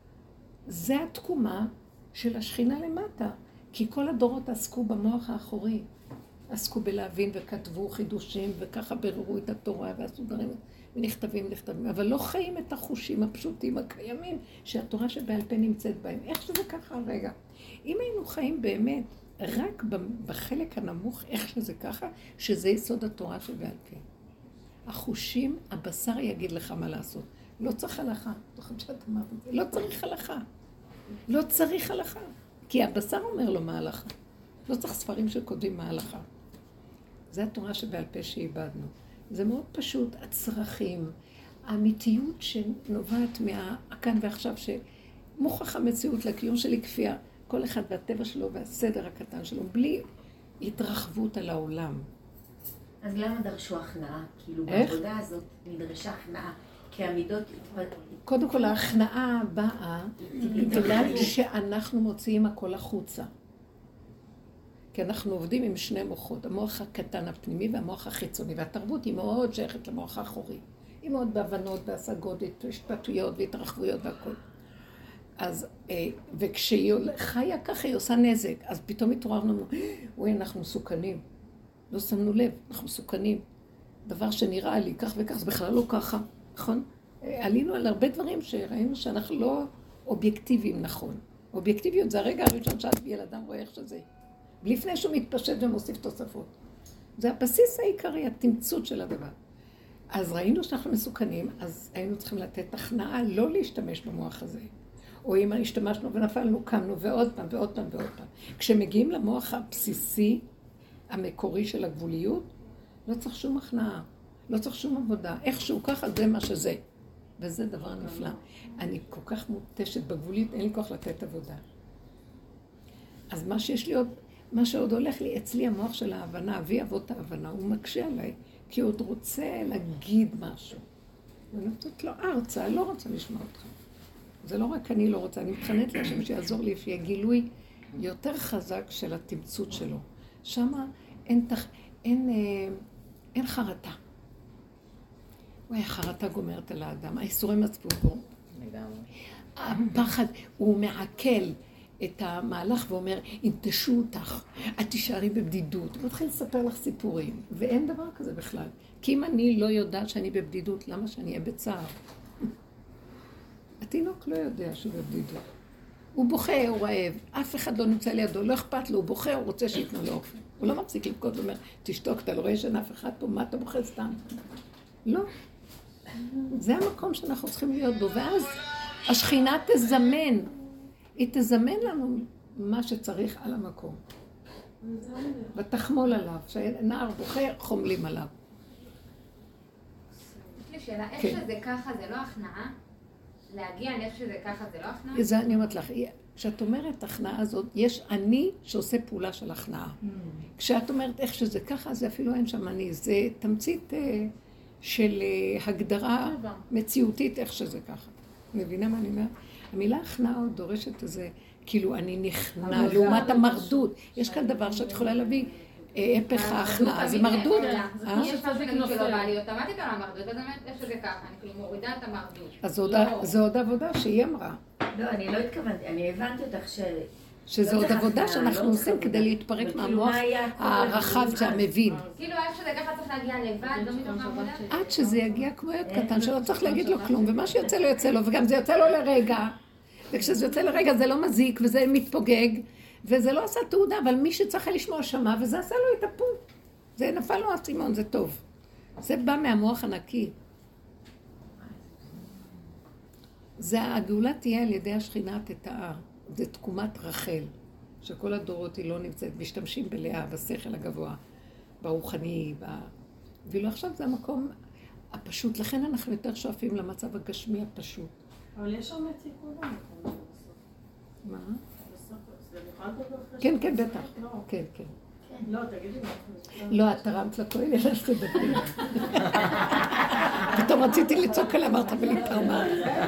זה התקומה של השכינה למטה. כי כל הדורות עסקו במוח האחורי. עסקו בלהבין וכתבו חידושים וככה בררו את התורה ועשו דברים ונכתבים נכתבים, אבל לא חיים את החושים הפשוטים הקיימים שהתורה שבעל פה נמצאת בהם. איך שזה ככה רגע. אם היינו חיים באמת רק בחלק הנמוך, איך שזה ככה, שזה יסוד התורה שבעל פה. החושים, הבשר יגיד לך מה לעשות. לא צריך הלכה. לא צריך הלכה. לא צריך הלכה. כי הבשר אומר לו מה הלכה. לא צריך ספרים שכותבים מה הלכה. זה התורה שבעל פה שאיבדנו. זה מאוד פשוט, הצרכים, האמיתיות שנובעת מהכאן ועכשיו, שמוכח המציאות לקיום שלי כפייה, כל אחד והטבע שלו והסדר הקטן שלו, בלי התרחבות על העולם. אז למה דרשו הכנעה? כאילו בעבודה הזאת נדרשה הכנעה, כי המידות... קודם כל, ההכנעה באה בגלל שאנחנו מוציאים הכל החוצה. כי אנחנו עובדים עם שני מוחות, המוח הקטן הפנימי והמוח החיצוני, והתרבות היא מאוד שייכת למוח האחורי. היא מאוד בהבנות, בהשגות, השתפטויות והתרחבויות והכל. אז, וכשהיא חיה ככה, היא עושה נזק, אז פתאום התעוררנו, אוי, אנחנו מסוכנים. לא שמנו לב, אנחנו מסוכנים. דבר שנראה לי כך וכך, זה בכלל לא ככה, נכון? עלינו על הרבה דברים שראינו שאנחנו לא אובייקטיביים, נכון. אובייקטיביות זה הרגע הראשון שעד ילדם רואה איך שזה. לפני שהוא מתפשט ומוסיף תוספות. זה הבסיס העיקרי, התמצות של הדבר. אז ראינו שאנחנו מסוכנים, אז היינו צריכים לתת הכנעה לא להשתמש במוח הזה. או אם השתמשנו ונפלנו, קמנו ועוד פעם ועוד פעם ועוד פעם. כשמגיעים למוח הבסיסי, המקורי של הגבוליות, לא צריך שום הכנעה, לא צריך שום עבודה. איכשהו ככה זה מה שזה. וזה דבר נפלא. אני כל כך מותשת בגבולית, אין לי כוח לתת עבודה. אז מה שיש לי עוד, מה שעוד הולך לי, אצלי המוח של ההבנה, אבי אבות ההבנה, הוא מקשה עליי, כי הוא עוד רוצה להגיד משהו. ואני נותנת לו ארצה, לא רוצה לשמוע אותך. זה לא רק אני לא רוצה, אני מתחננת להשם שיעזור לי, שיהיה גילוי יותר חזק של התמצות שלו. שמה אין, תח... אין, אה, אין חרטה. וואי, החרטה גומרת על האדם, האיסורי מצפון בו. הפחד, הוא מעכל את המהלך ואומר, ינטשו אותך, את תישארי בבדידות. הוא מתחיל לספר לך סיפורים, ואין דבר כזה בכלל. כי אם אני לא יודעת שאני בבדידות, למה שאני אהיה בצער? התינוק לא יודע שהוא בבדידות. הוא בוכה, הוא רעב, אף אחד לא נמצא לידו, לא אכפת לו, הוא בוכה, הוא רוצה שיתנו לו אופן. הוא לא מפסיק לבכות ואומר, תשתוק, אתה לא רואה שאין אף אחד פה, מה אתה בוכה סתם? לא. זה המקום שאנחנו צריכים להיות בו, ואז השכינה תזמן, היא תזמן לנו מה שצריך על המקום. ותחמול עליו, שנער בוכה, חומלים עליו. יש לי שאלה, איך שזה ככה זה לא הכנעה? להגיע לאיך שזה ככה זה לא הכנעה? זה אני אומרת לך, כשאת אומרת הכנעה הזאת, יש אני שעושה פעולה של הכנעה. כשאת אומרת איך שזה ככה, זה אפילו אין שם אני, זה תמצית של הגדרה מציאותית איך שזה ככה. מבינה מה אני אומרת? המילה הכנעה עוד דורשת איזה, כאילו אני נכנע, לעומת המרדות. יש כאן דבר שאת יכולה להביא הפך ההכנעה, זה מרדות. יש משהו נגיד שלא בא לי אוטומטית על המרדות, אז באמת איך שזה ככה, אני כאילו מורידה את המרדות. אז זו עוד עבודה שהיא אמרה. לא, אני לא התכוונתי, אני הבנתי אותך ש... שזה עוד עבודה שאנחנו עושים כדי להתפרק מהמוח הרחב שהמבין. כאילו איך שזה ככה צריך להגיע לבד, לא מתוך העבודה. עד שזה יגיע כמו ילד קטן, שלא צריך להגיד לו כלום, ומה שיוצא לו יוצא לו, וגם זה יוצא לו לרגע. וכשזה יוצא לרגע זה לא מזיק, וזה מתפוגג, וזה לא עשה תעודה, אבל מי שצריך לשמוע שמע, וזה עשה לו את הפו. זה נפל לו הסימון, זה טוב. זה בא מהמוח הנקי. זה הגאולה תהיה על ידי השכינה תתאר. זה תקומת רחל, שכל הדורות היא לא נמצאת, משתמשים בלאה, בשכל הגבוה, ברוחני, ב... ואילו עכשיו זה המקום הפשוט, לכן אנחנו יותר שואפים למצב הגשמי הפשוט. אבל יש שם ציפור במקום בסוף. מה? בסוף, זה בכלל דבר חשוב. כן, כן, בטח. כן, כן. לא, תגידי מה. לא, את תרמת לכהן, אלא שתדברי. פתאום רציתי לצעוק עליה, אמרת בלי תרמה.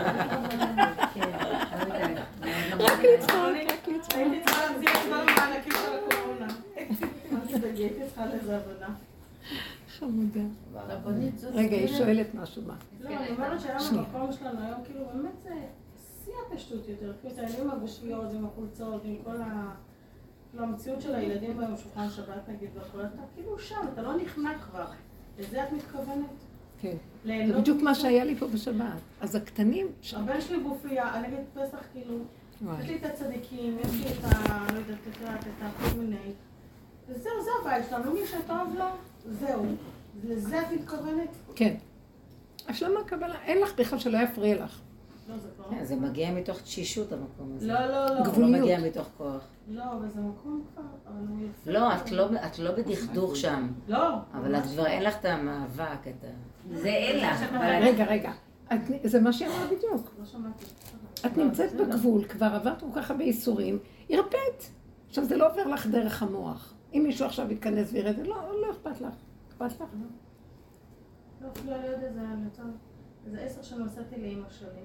רק לצחוק, רק לצחוק. הייתי צריכה להחזיר את כל המענקים של הקורונה. הייתי צריכה לזה עבודה. חמודה. רגע, היא שואלת משהו, מה? לא, אני אומרת שהיום המקום שלנו היום, כאילו באמת זה שיא הפשטות יותר. כאילו את העניינים הגושיות עם החולצות, עם כל ה... המציאות של הילדים ביום שולחן שבת נגיד והכל, אתה כאילו שם, אתה לא נכנע כבר. לזה את מתכוונת? כן. זה בדיוק מה שהיה לי פה בשבת. אז הקטנים... הבן שלי גופייה, אני אגיד פסח כאילו, יש לי את הצדיקים, יש לי את ה... לא יודעת, את הכל מיני. וזהו, זה הבית שלנו, מי שטוב לו, זהו. לזה את מתכוונת? כן. השלמה קבלה, אין לך בכלל שלא יפריע לך. לא, זה כבר... זה מגיע מתוך תשישות המקום הזה. לא, לא, לא. גבוליות. לא מגיע מתוך כוח. לא, אבל זה מקום כבר, אבל הוא יפה. לא, את לא בדכדוך שם. לא. אבל את כבר אין לך את המאבק, את ה... זה אין לך. רגע, רגע. זה מה שהיא אמרה בדיוק. לא שמעתי. את נמצאת בגבול, כבר עברת כל כך הרבה איסורים, ירפאת. עכשיו זה לא עובר לך דרך המוח. אם מישהו עכשיו יתכנס וירד, לא אכפת לך. אכפת לך? לא, אפילו לא יודע, זה יותר... איזה עשר שנים נסעתי לאמא שלי.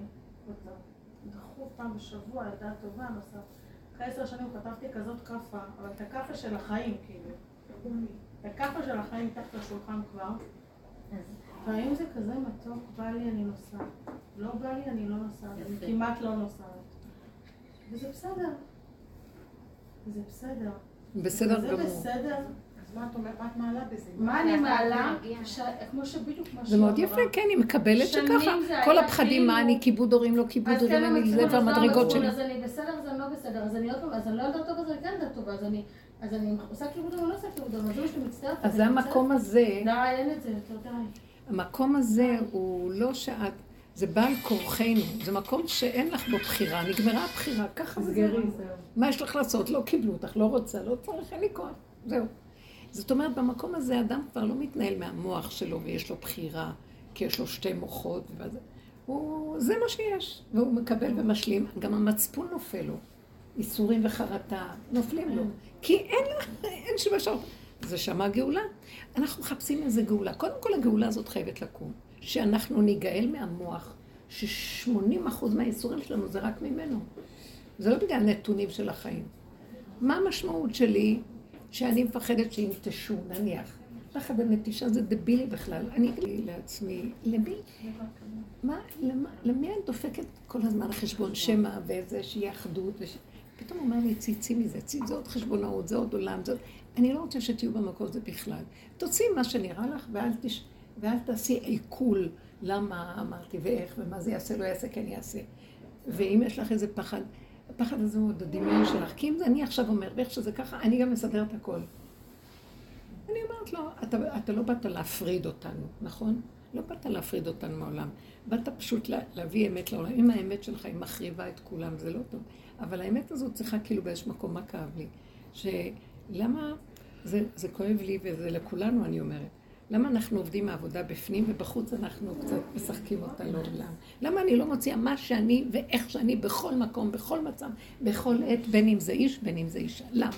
דחוף פעם בשבוע, הייתה טובה, נוסף. אחרי עשר שנים כתבתי כזאת קפה, אבל את הקפה של החיים, כאילו. את הקפה של החיים מתחת לשולחן כבר. והאם זה כזה מתוק, בא לי אני נוסעת. לא בא לי אני לא נוסעת, אני כמעט לא נוסעת. וזה בסדר. זה בסדר. בסדר גמור. זה בסדר. אז מה את אומרת? מה את מעלה בזה? מה אני מעלה? כמו שבדיוק מה זה מאוד יפה, כן, היא מקבלת שככה. כל הפחדים, מה אני, כיבוד הורים, לא כיבוד הורים, אני זה והמדרגות שלי. אז אני בסדר, אז אני לא בסדר, אז אני עוד פעם, אז אני לא יודעת טוב, אז אני כן יודעת טוב, אז אני עושה כיבוד הורים, לא עושה כיבוד הורים, אז זה שאתה מצטערת. אז זה המקום הזה, די, אין את זה, תודה. המקום הזה הוא לא שאת, זה בעל כורחנו, זה מקום שאין לך בו בחירה, נגמרה הבחירה, ככה זה. מה יש לך לעשות? לא קיבלו אותך, לא רוצה, לא צריך, אין לי כוח, זהו. זאת אומרת, במקום הזה אדם כבר לא מתנהל מהמוח שלו ויש לו בחירה, כי יש לו שתי מוחות, וזה, הוא, זה מה שיש, והוא מקבל ומשלים, גם המצפון נופל לו, איסורים וחרטה נופלים לו, כי אין לה, אין שום משהו, זה שמה גאולה. אנחנו מחפשים איזה גאולה, קודם כל הגאולה הזאת חייבת לקום, שאנחנו ניגאל מהמוח, ש-שמונים אחוז מהאיסורים שלנו זה רק ממנו, זה לא בגלל נתונים של החיים. מה המשמעות שלי? שאני מפחדת שינטשו, נניח. פחד הנטישה זה דבילי בכלל. אני אגיד לעצמי, למי? מה, למה, למי אני דופקת כל הזמן חשבון שמע ואיזה שהיא אחדות? וש... פתאום אומר לי, ציצי מזה, ציצי, זה עוד חשבונאות, זה עוד עולם, זה עוד... אני לא רוצה שתהיו במקום הזה בכלל. תוציאי מה שנראה לך ואל, תש... ואל תעשי עיכול למה אמרתי ואיך ומה זה יעשה, לא יעשה, כן יעשה. ואם יש לך איזה פחד, הפחד הזה הוא הדמיון שלך, כי אם זה אני עכשיו אומר, ואיך שזה ככה, אני גם מסדר את הכל. אני אומרת לו, אתה, אתה לא באת להפריד אותנו, נכון? לא באת להפריד אותנו מעולם. באת פשוט לה, להביא אמת לעולם. אם האמת שלך היא מחריבה את כולם, זה לא טוב. אבל האמת הזאת צריכה כאילו באיזשהו מקום, מה כאב לי? שלמה, זה, זה כואב לי וזה לכולנו, אני אומרת. למה אנחנו עובדים מהעבודה בפנים ובחוץ אנחנו קצת משחקים אותה לעולם? למה אני לא מוציאה מה שאני ואיך שאני בכל מקום, בכל מצב, בכל עת, בין אם זה איש, בין אם זה אישה? למה?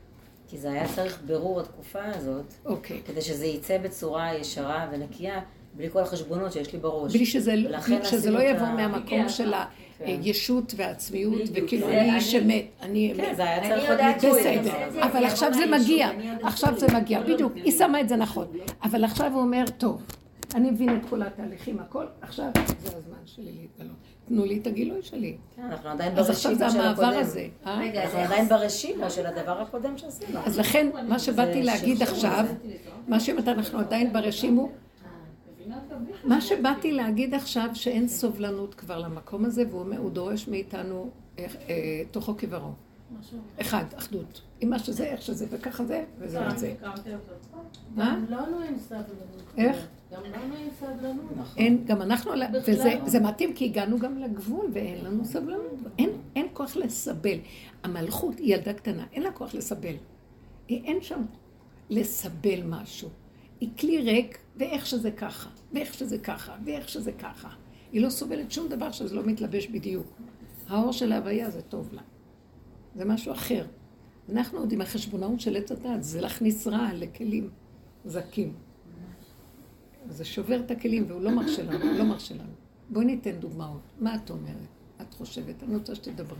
כי זה היה צריך ברור התקופה הזאת, אוקיי. כדי שזה ייצא בצורה ישרה ונקייה, בלי כל החשבונות שיש לי בראש. בלי שזה לא יבוא מהמקום של הישות והעצמיות, וכאילו אני איש אמת, אני אמת. כן, זה היה צריך להיות בסדר. אבל עכשיו זה מגיע, עכשיו זה מגיע, בדיוק, היא שמה את זה נכון. אבל עכשיו הוא אומר, טוב, אני מבין את כל התהליכים, הכל, עכשיו זה הזמן שלי להתגלות. תנו לי את הגילוי שלי. אנחנו עדיין אז עכשיו זה ברשימו של המעבר הקודם. הזה. אנחנו עדיין ברשימו של הדבר הקודם שעשינו. אז לכן, מה שבאתי להגיד עכשיו, מה שאנחנו עדיין ברשימו, מה שבאתי להגיד עכשיו שאין סובלנות כבר למקום הזה, והוא דורש מאיתנו תוכו כברו. אחד, אחדות. עם מה שזה, איך שזה, וככה זה, וזה וזה. מה? גם לנו אין סבלנות. איך? גם לנו אין סבלנות. אין, גם אנחנו, וזה מתאים כי הגענו גם לגבול ואין לנו סבלנות. אין כוח לסבל. המלכות היא ילדה קטנה, אין לה כוח לסבל. אין שם לסבל משהו. היא כלי ריק, ואיך שזה ככה, ואיך שזה ככה, ואיך שזה ככה. היא לא סובלת שום דבר שזה לא מתלבש בדיוק. האור של ההוויה זה טוב לה. זה משהו אחר. אנחנו עוד עם החשבונאות של עץ הדת, זה להכניס רע לכלים זקים. זה שובר את הכלים והוא לא מרשה לנו, הוא לא מרשה לנו. בואי ניתן דוגמאות. מה את אומרת? את חושבת? אני רוצה שתדברי.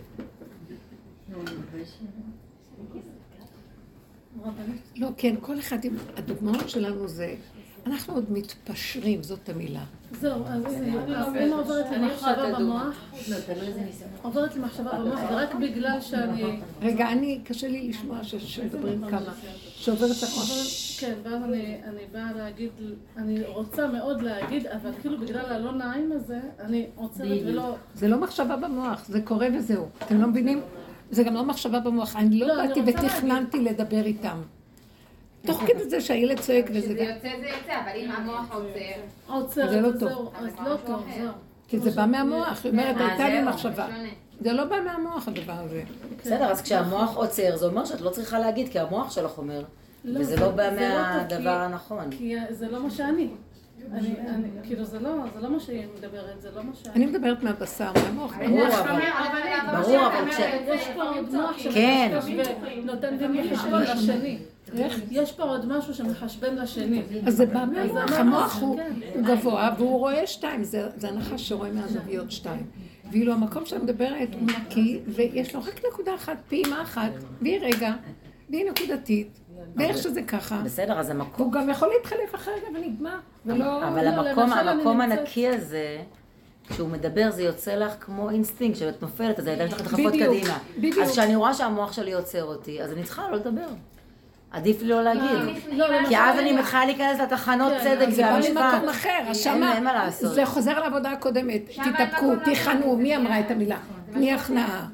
לא, כן, כל אחד עם הדוגמאות שלנו זה, אנחנו עוד מתפשרים, זאת המילה. זהו, אז אני עוברת למחשבה במוח, עוברת למחשבה במוח, ורק בגלל שאני... רגע, אני, קשה לי לשמוע שמדברים כמה, שעוברת למוח. כן, ואז אני באה להגיד, אני רוצה מאוד להגיד, אבל כאילו בגלל הלא נעים הזה, אני עוצרת ולא... זה לא מחשבה במוח, זה קורה וזהו. אתם לא מבינים? זה גם לא מחשבה במוח. אני לא באתי ותכננתי לדבר איתם. תוך כדי זה שהילד צועק וזה... כשזה יוצא זה יוצא, אבל אם המוח עוצר... עוצר, זה לא טוב. אז לא טוב, זהו. כי זה בא מהמוח, היא אומרת, הייתה לי מחשבה. זה לא בא מהמוח הדבר הזה. בסדר, אז כשהמוח עוצר, זה אומר שאת לא צריכה להגיד, כי המוח שלך אומר, וזה לא בא מהדבר הנכון. כי זה לא מה שאני. כאילו זה לא מה שהיא מדברת, זה לא מה שאני. אני מדברת מהבשר, מהמוח. ברור, אבל... ברור, אבל כש... יש פה עוד מוח כן. שנותן גם מחשבון לשני. יש פה עוד משהו שמחשבן לשני. אז זה בא מהמוח, המוח הוא גבוה והוא רואה שתיים, זה הנחש שרואה מהזוויות שתיים. ואילו המקום שאני מדברת הוא נקי ויש לו רק נקודה אחת, פעימה אחת, והיא רגע, והיא נקודתית. ואיך שזה ככה. בסדר, אז המקום... הוא גם יכול להתחלף אחר כך ונגמר. אבל המקום הנקי הזה, כשהוא מדבר זה יוצא לך כמו אינסטינקט, שאת נופלת, אז הידיים שלך דחפות קדימה. אז כשאני רואה שהמוח שלי יוצר אותי, אז אני צריכה לא לדבר. עדיף לי לא להגיד. כי אז אני מתחילה להיכנס לתחנות צדק והמשפט. זה בא ממקום אחר, השמה. זה חוזר לעבודה הקודמת. תתאפקו, תיכנו, מי אמרה את המילה? תני הכנעה.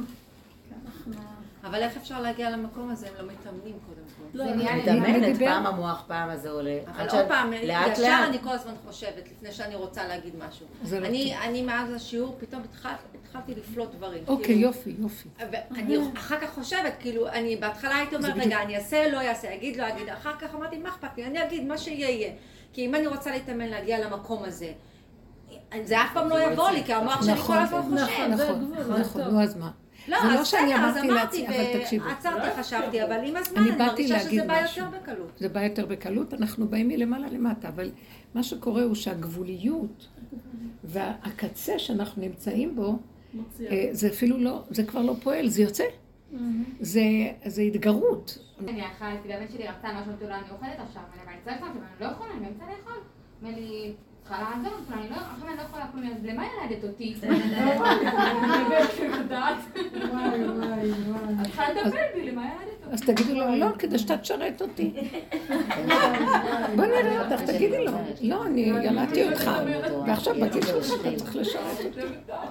אבל איך אפשר להגיע למקום הזה אם לא מתאמנים קודם כל? זה מתאמנת, פעם המוח, פעם הזה עולה. אבל עוד פעם, ישר אני כל הזמן חושבת, לפני שאני רוצה להגיד משהו. אני מאז השיעור פתאום התחלתי לפלוט דברים. אוקיי, יופי, יופי. ואני אחר כך חושבת, כאילו, אני בהתחלה הייתי אומרת, רגע, אני אעשה, לא אעשה, אגיד, לא אגיד. אחר כך אמרתי, מה אכפת לי? אני אגיד, מה שיהיה יהיה. כי אם אני רוצה להתאמן להגיע למקום הזה, זה אף פעם לא יבוא לי, כי המוח שלי כל הזמן חושב. נכון, נכון, נו אז מה? לא, אז בסדר, אז אמרתי, ועצרתי, חשבתי, אבל עם הזמן אני מרגישה שזה בא יותר בקלות. זה בא יותר בקלות, אנחנו באים מלמעלה למטה, אבל מה שקורה הוא שהגבוליות והקצה שאנחנו נמצאים בו, זה אפילו לא, זה כבר לא פועל, זה יוצא. זה התגרות. אני אכלתי, והבן שלי רצה משהו תולה, אני אוכלת עכשיו, אבל אני צריכה, אבל אני לא יכולה, אני באמצע לאכול. אומר לי, צריכה לעזור, עכשיו אני לא יכולה כלום, אז למה ילדת אותי? אני באמת יודעת. וואי, וואי, וואי. את צריכה לטפל בי, למה ילדת אותי? אז תגידי לו, לא, כדי שאתה תשרת אותי. בוא נראה אותך, תגידי לו. לא, אני ילדתי אותך, ועכשיו בגיל שלך אתה צריך לשרת אותי.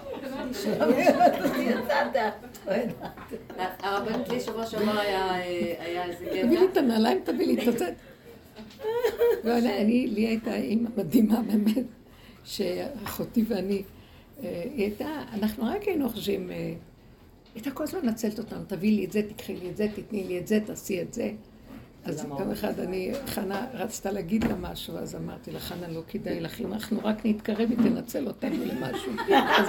הרבנית לי שבוע שעבר היה איזה גטע. תביא לי את הנעליים, תביא לי את זה. ואני, לי הייתה אימא מדהימה באמת, שאחותי ואני, היא הייתה, אנחנו רק היינו חושבים, הייתה כל הזמן נצלת אותנו, תביא לי את זה, תקחי לי את זה, תתני לי את זה, תעשי את זה. אז פעם אחד אני, חנה רצתה להגיד לה משהו, אז אמרתי לה, חנה, לא כדאי לך, אם אנחנו רק נתקרב היא תנצל אותנו למשהו. אז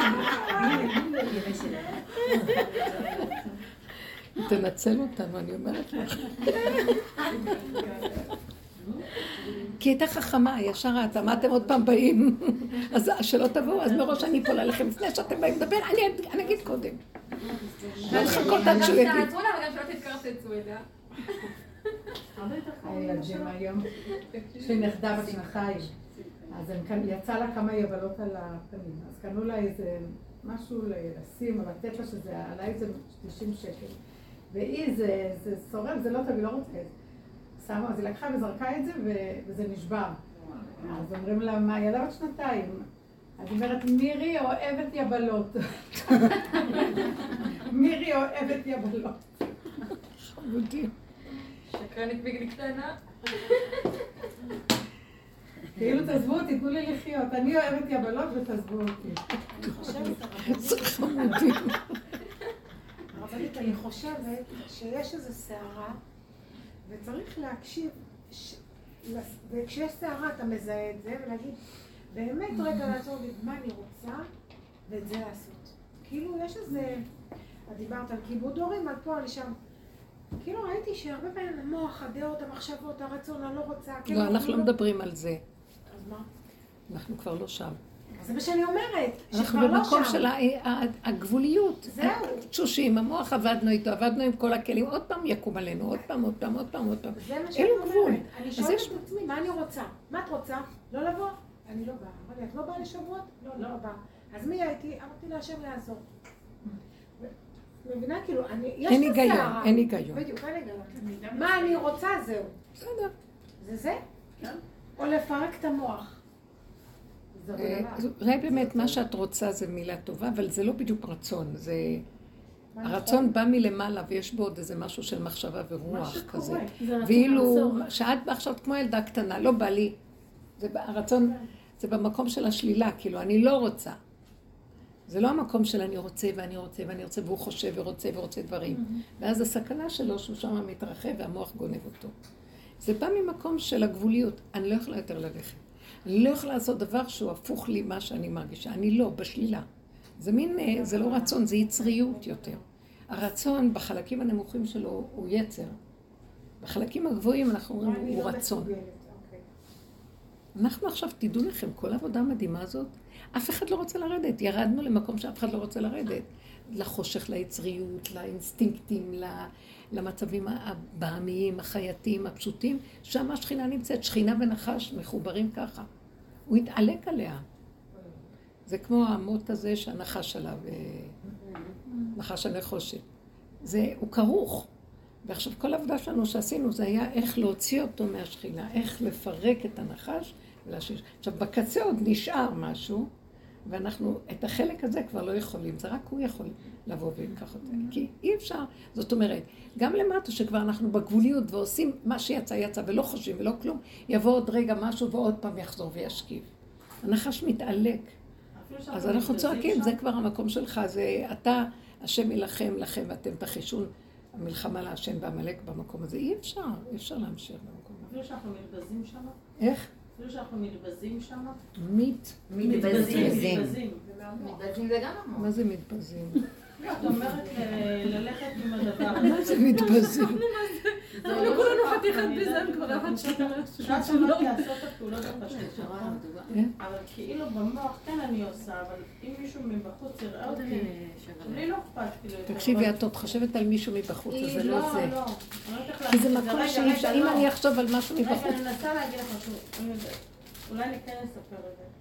היא תנצל אותנו, אני אומרת לך. כי כי הייתה חכמה, ישר רצה, מה אתם עוד פעם באים? אז שלא תבואו, אז מראש אני אפול עליכם, לפני שאתם באים לדבר, אני אגיד קודם. לא לחכות עד שהוא יגיד. תעצרו לה וגם שלא תתקרצצו אליה. הילדים היום, יש לי נכדה בת שנתיים, אז יצא לה כמה יבלות על הפנים, אז קנו לה איזה משהו לשים, אבל לתת לה שזה עלה איזה תשעים שקל, והיא זה שורם, זה לא טוב, היא לא רוצה את זה. אז היא לקחה וזרקה את זה וזה נשבר. אז אומרים לה, מה, ילדה בת שנתיים? אז היא אומרת, מירי אוהבת יבלות. מירי אוהבת יבלות. חמודים. שקרנית בגדי קטנה. כאילו תעזבו אותי, תנו לי לחיות. אני אוהבת יבלות ותעזבו אותי. זה חמודים. הרבנית, אני חושבת שיש איזו סערה וצריך להקשיב, וכשיש סערה אתה מזהה את זה ולהגיד, באמת רגע לעצור לי מה אני רוצה ואת זה לעשות. כאילו יש איזה, את דיברת על כיבוד הורים, על פה, על שם. כאילו ראיתי שהרבה פעמים המוח, הדעות, המחשבות, הרצון, אני לא רוצה. לא, אנחנו לא מדברים על זה. אז מה? אנחנו כבר לא שם. זה מה שאני אומרת, אנחנו במקום של הגבוליות. זהו. תשושים, המוח עבדנו איתו, עבדנו עם כל הכלים, עוד פעם יקום עלינו, עוד פעם, עוד פעם, עוד פעם, עוד פעם. זה מה שאני אומרת. אני שואלת יש... את עצמי, מה אני רוצה? מה את רוצה? לא לבוא? אני לא באה. אמרתי, את לא באה לשבועות? לא, לא באה. אז מי הייתי? אמרתי לה, השם יעזור. מבינה, כאילו, יש אין היגיון, אין היגיון. בדיוק, אין היגיון. מה אני רוצה, זהו. בסדר. זה זה? או לפרק את המוח. ראה באמת, מה שאת רוצה זה מילה טובה, אבל זה לא בדיוק רצון, זה... הרצון בא מלמעלה ויש בו עוד איזה משהו של מחשבה ורוח כזה. ואילו, שאת עכשיו כמו ילדה קטנה, לא בא לי. הרצון, זה במקום של השלילה, כאילו, אני לא רוצה. זה לא המקום של אני רוצה ואני רוצה ואני רוצה, והוא חושב ורוצה ורוצה דברים. ואז הסכנה שלו שהוא שם מתרחב והמוח גונב אותו. זה בא ממקום של הגבוליות. אני לא יכולה יותר ללכת. אני לא יכולה לעשות דבר שהוא הפוך לי מה שאני מרגישה. אני לא, בשלילה. זה מין, זה לא רצון, זה יצריות יותר. הרצון בחלקים הנמוכים שלו הוא יצר. בחלקים הגבוהים אנחנו אומרים הוא רצון. אנחנו עכשיו, תדעו לכם, כל העבודה המדהימה הזאת, אף אחד לא רוצה לרדת. ירדנו למקום שאף אחד לא רוצה לרדת. לחושך, ליצריות, לאינסטינקטים, למצבים הבעמיים, החייתיים, הפשוטים. שם השכינה נמצאת, שכינה ונחש מחוברים ככה. הוא התעלק עליה. זה כמו המוט הזה שהנחש עליו, נחש הנחושת. זה, הוא כרוך. ועכשיו כל העבודה שלנו שעשינו זה היה איך להוציא אותו מהשכינה, איך לפרק את הנחש ולהשיש. עכשיו בקצה עוד נשאר משהו, ואנחנו את החלק הזה כבר לא יכולים, זה רק הוא יכול לבוא ויקח אותה. כי אי אפשר, זאת אומרת, גם למטה שכבר אנחנו בגבוליות ועושים מה שיצא יצא ולא חושבים ולא כלום, יבוא עוד רגע משהו ועוד פעם יחזור וישכיב. הנחש מתעלק. אז אנחנו צועקים, זה כבר המקום שלך, זה אתה, השם ילחם לכם ואתם תחישון המלחמה להשם והמלך במקום הזה. אי אפשר, אי אפשר להמשיך במקום הזה. אפילו שאנחנו מתבזים שם? איך? אפילו שאנחנו מתבזים שם? מת. מתבזים. מתבזים זה גם המון. מה זה מתבזים? את אומרת ללכת עם הדבר הזה. מה זה מתבזים? אנחנו כולנו חתיכת בזן כבר אחת שנה. שאת שמעת לעשות את הפעולות הפשוטות. אבל כאילו במוח כן אני עושה, אבל אם מישהו מבחוץ יראה אותי, לי לא אכפת. תקשיבי, את עוד חושבת על מישהו מבחוץ, זה לא זה. לא, לא. כי זה מקום שאי אפשר, אם אני אחשוב על משהו מבחוץ. רגע, אני מנסה להגיד לך משהו. אולי אני כן אספר את זה.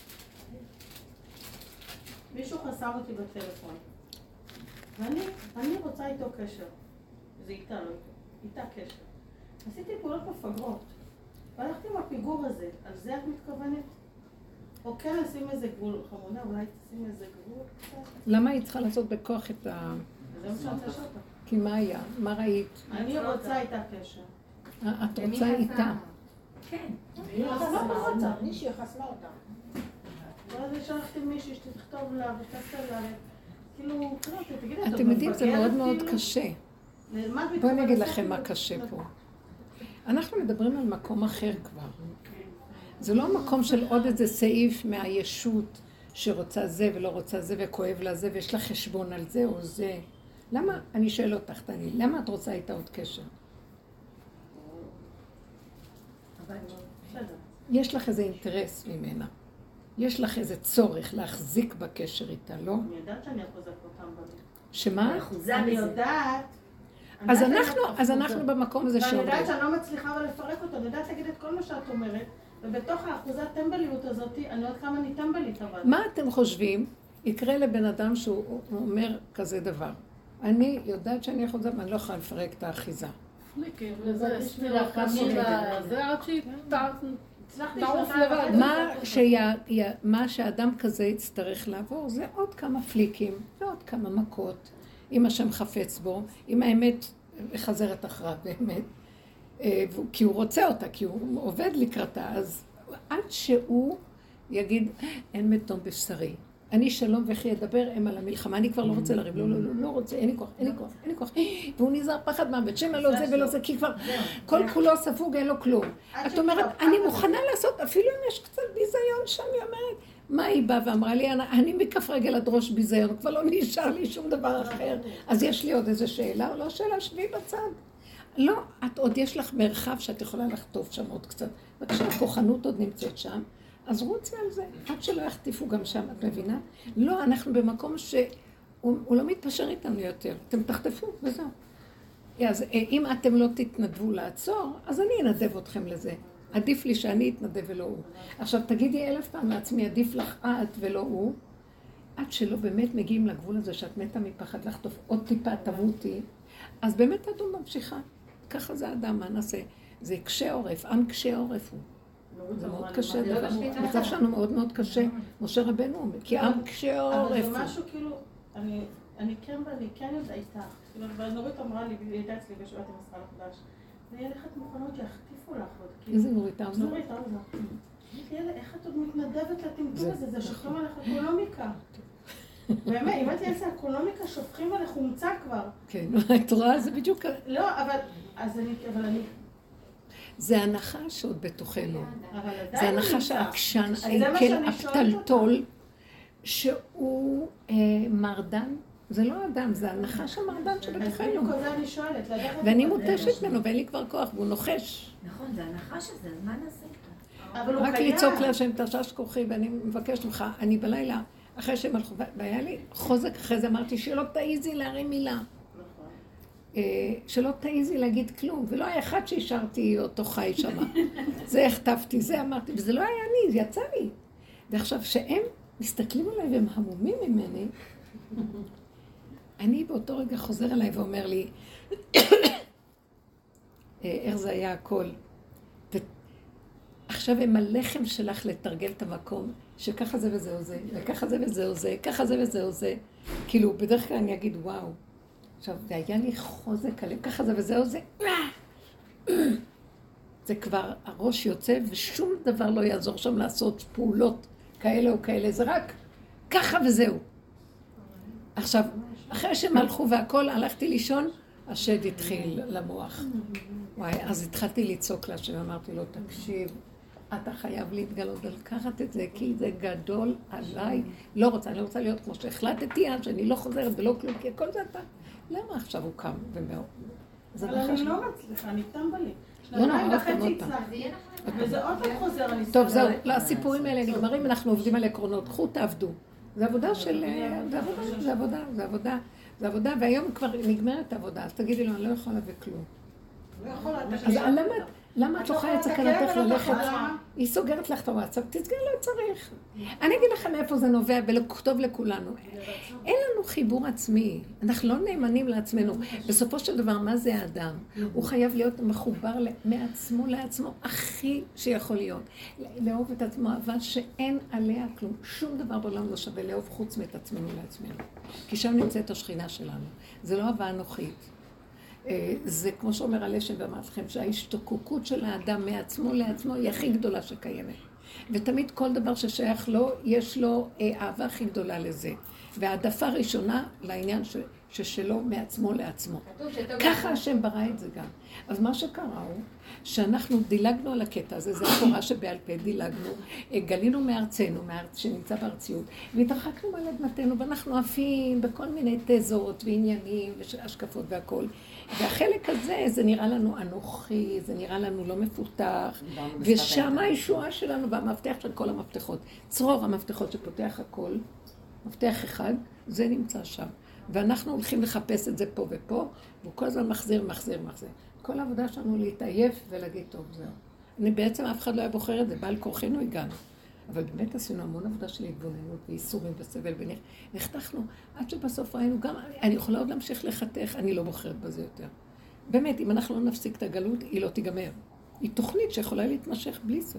מישהו חסר אותי בטלפון. ואני, אני רוצה איתו קשר. זה איתה, לא איתו. איתה קשר. עשיתי פעולות מפגרות. והלכתי עם הפיגור הזה. על זה את מתכוונת? או כן לשים איזה גבול. חמודה, אולי תשים איזה גבול קצת? למה היא צריכה לעשות בכוח את ה... זה מה שאני רוצה שאתה. כי מה היה? מה ראית? אני רוצה איתה קשר. את רוצה איתה. כן. היא חסמה אותה. מישהי חסמה אותה. ואז שלחתי מישהי שתכתוב לה ותעשה לה. כאילו, תגידי, אתם יודעים, זה מאוד מאוד קשה. בואי אני אגיד לכם מה קשה פה. אנחנו מדברים על מקום אחר כבר. זה לא מקום של עוד איזה סעיף מהישות שרוצה זה ולא רוצה זה וכואב לה זה ויש לה חשבון על זה או זה. למה, אני שואל אותך, תני, למה את רוצה איתה עוד קשר? בסדר. יש לך איזה אינטרס ממנה. יש לך איזה צורך להחזיק בקשר איתה, לא? אני יודעת שאני אחוזק אותם בזה. שמה? אני יודעת. אז אנחנו, אז אנחנו במקום הזה שאומרים. ואני יודעת שאומרים. שאני לא מצליחה לפרק אותו, אני יודעת להגיד את כל מה שאת אומרת, ובתוך האחוזת טמבליות הזאת, אני יודעת כמה אני טמבלית אבל. מה אתם חושבים יקרה לבן אדם שהוא אומר כזה דבר? אני יודעת שאני אחוזת, אבל אני לא יכולה לפרק את האחיזה. זה סתירה חמילה, זה עד שהיא תעוף לבד. מה שהאדם כזה יצטרך לעבור זה עוד כמה פליקים ועוד כמה מכות, אם השם חפץ בו, אם האמת חזרת אחריו באמת, כי הוא רוצה אותה, כי הוא עובד לקראתה, אז עד שהוא יגיד, אין מתום בשרי. אני שלום וכי ידבר הם על המלחמה, אני כבר לא רוצה לריב, לא, לא, לא, לא רוצה, אין לי כוח, אין לי כוח, אין לי כוח. והוא נזהר פחד מהבית, שמה לא זה ולא זה, כי כבר כל כולו ספוג, אין לו כלום. את אומרת, אני מוכנה לעשות, אפילו אם יש קצת ביזיון שם, היא אומרת, מה היא באה ואמרה לי, אני מכף רגל עד ראש ביזיון, כבר לא נשאר לי שום דבר אחר, אז יש לי עוד איזו שאלה, או לא שאלה, שבי בצד. לא, את עוד יש לך מרחב שאת יכולה לחטוף שם עוד קצת, וכשהכוחנות עוד נמצאת שם, אז רוצי על זה, עד שלא יחטיפו גם שם, את מבינה? לא, אנחנו במקום שהוא לא מתפשר איתנו יותר, אתם תחטפו וזהו. אז אם אתם לא תתנדבו לעצור, אז אני אנדב אתכם לזה. עדיף לי שאני אתנדב ולא הוא. עכשיו תגידי אלף פעם לעצמי, עדיף לך את ולא הוא, עד שלא באמת מגיעים לגבול הזה שאת מתה מפחד לחטוף עוד טיפה תמותי, אז באמת את לא ממשיכה. ככה זה האדם, מה נעשה? זה קשה עורף, עם קשה עורף הוא. זה מאוד קשה, המצב שלנו מאוד מאוד קשה, משה רבנו אומר, כי עם קשה עורף. אבל זה משהו כאילו, אני כן ואני כן יודעת איתך, ונורית אמרה לי, היא הייתה אצלי בשבעת עם הסל החדש, זה יהיה לך את מוכנות שיחטיפו לך עוד. איזה נורית האוזר? נורית האוזר. איך את עוד מתנדבת לטמטום הזה? זה שופכים עליך אקונומיקה. באמת, אם את תעשה אקונומיקה, שופכים עליך חומצה כבר. כן, את רואה, זה בדיוק... לא, אבל אני... זה הנחה שעוד בתוכנו. זה הנחה שהעקשן, העקל, הפתלתול, שהוא מרדן. זה לא אדם, זה הנחה שהמרדן שבתוכנו. ואני מוטשת ממנו, ואין לי כבר כוח, והוא נוחש. נכון, זה הנחה שזה, אז מה נעשה? רק לצעוק להשם תרשש כוחי, ואני מבקשת ממך, אני בלילה, אחרי שהם הלכו, והיה לי חוזק אחרי זה, אמרתי שלא תעיזי להרים מילה. שלא תעיזי להגיד כלום, ולא היה אחד שהשארתי אותו חי שמה. זה הכתבתי, זה אמרתי, וזה לא היה אני, זה יצא לי. ועכשיו, שהם מסתכלים עליי והם המומים ממני, אני באותו רגע חוזר אליי ואומר לי, איך זה היה הכל. עכשיו הם הלחם שלך לתרגל את המקום, שככה זה וזהו זה, וככה זה וזהו זה, ככה זה וזהו זה. כאילו, בדרך כלל אני אגיד, וואו. עכשיו, זה היה לי חוזק עליהם, ככה זה וזהו זה. זה כבר, הראש יוצא ושום דבר לא יעזור שם לעשות פעולות כאלה או כאלה, זה רק ככה וזהו. עכשיו, אחרי שהם הלכו והכל, הלכתי לישון, השד התחיל למוח. וואי, אז התחלתי לצעוק לה, שאמרתי לו, תקשיב, אתה חייב להתגלות על לקחת את זה, כי זה גדול עליי. לא רוצה, אני לא רוצה להיות כמו שהחלטתי אז, שאני לא חוזרת ולא כלום, כי כל זה אתה... למה עכשיו הוא קם ומאוד? אבל אני לא מצליחה, אני טמבלית. לא נורא, עוד פעם, עוד פעם. וזה עוד פעם חוזר, אני... טוב, זהו, הסיפורים האלה נגמרים, אנחנו עובדים על עקרונות. קחו, תעבדו. זה עבודה של... זה עבודה, זה עבודה, זה עבודה. זה עבודה, והיום כבר נגמרת העבודה, אז תגידי לו, אני לא יכולה וכלום. לא יכולה, אז למה את לא חיה את סכנתך ללכת? היא סוגרת לך את הוואטסאפ, תסגר לא צריך. אני אגיד לכם איפה זה נובע ולכתוב לכולנו. אין לנו חיבור עצמי, אנחנו לא נאמנים לעצמנו. בסופו של דבר, מה זה האדם? הוא חייב להיות מחובר מעצמו לעצמו, הכי שיכול להיות. לאהוב את עצמו, אבל שאין עליה כלום. שום דבר בעולם לא שווה לאהוב חוץ מאת עצמנו לעצמנו. כי שם נמצאת השכינה שלנו. זה לא אהבה אנוכית. זה כמו שאומר הלשם ואמרת לכם, שההשתוקקות של האדם מעצמו לעצמו היא הכי גדולה שקיימת. ותמיד כל דבר ששייך לו, יש לו אהבה הכי גדולה לזה. והעדפה ראשונה לעניין ש, ששלו מעצמו לעצמו. ככה השם ברא את זה גם. אז מה שקרה הוא שאנחנו דילגנו על הקטע הזה, זה התורה שבעל פה דילגנו, גלינו מארצנו, מארץ שנמצא בארציות, והתרחקנו על אדמתנו, ואנחנו עפים בכל מיני תזות ועניינים והשקפות והכל. והחלק הזה, זה נראה לנו אנוכי, זה נראה לנו לא מפותח, ושם הישועה שלנו והמפתח של כל המפתחות. צרור המפתחות שפותח הכל, מפתח אחד, זה נמצא שם. ואנחנו הולכים לחפש את זה פה ופה, והוא כל הזמן מחזיר, מחזיר, מחזיר. כל העבודה שלנו להתעייף ולהגיד, טוב, זהו. אני בעצם, אף אחד לא היה בוחר את זה, בעל כורחנו הגענו. אבל באמת עשינו המון עבודה של התבוננות ואיסורים וסבל ונחתכנו, עד שבסוף ראינו גם, אני יכולה עוד להמשיך לחתך, אני לא בוחרת בזה יותר. באמת, אם אנחנו לא נפסיק את הגלות, היא לא תיגמר. היא תוכנית שיכולה להתמשך בלי סוף.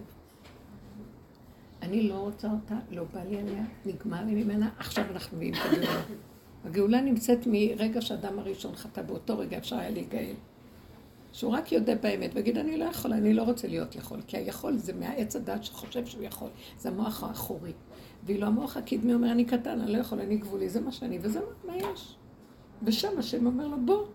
אני לא רוצה אותה, לא בא לי עליה, נגמר לי ממנה, עכשיו אנחנו מביאים את הגאולה. הגאולה נמצאת מרגע שהאדם הראשון חטא, באותו רגע אפשר היה להיגאל. שהוא רק יודע באמת, ויגיד, אני לא יכול, אני לא רוצה להיות יכול, כי היכול זה מהעץ הדת שחושב שהוא יכול, זה המוח האחורי. ואילו המוח הקדמי אומר, אני קטן, אני לא יכול, אני גבולי, זה מה שאני, וזה מה יש. ושם השם אומר לו, בוא.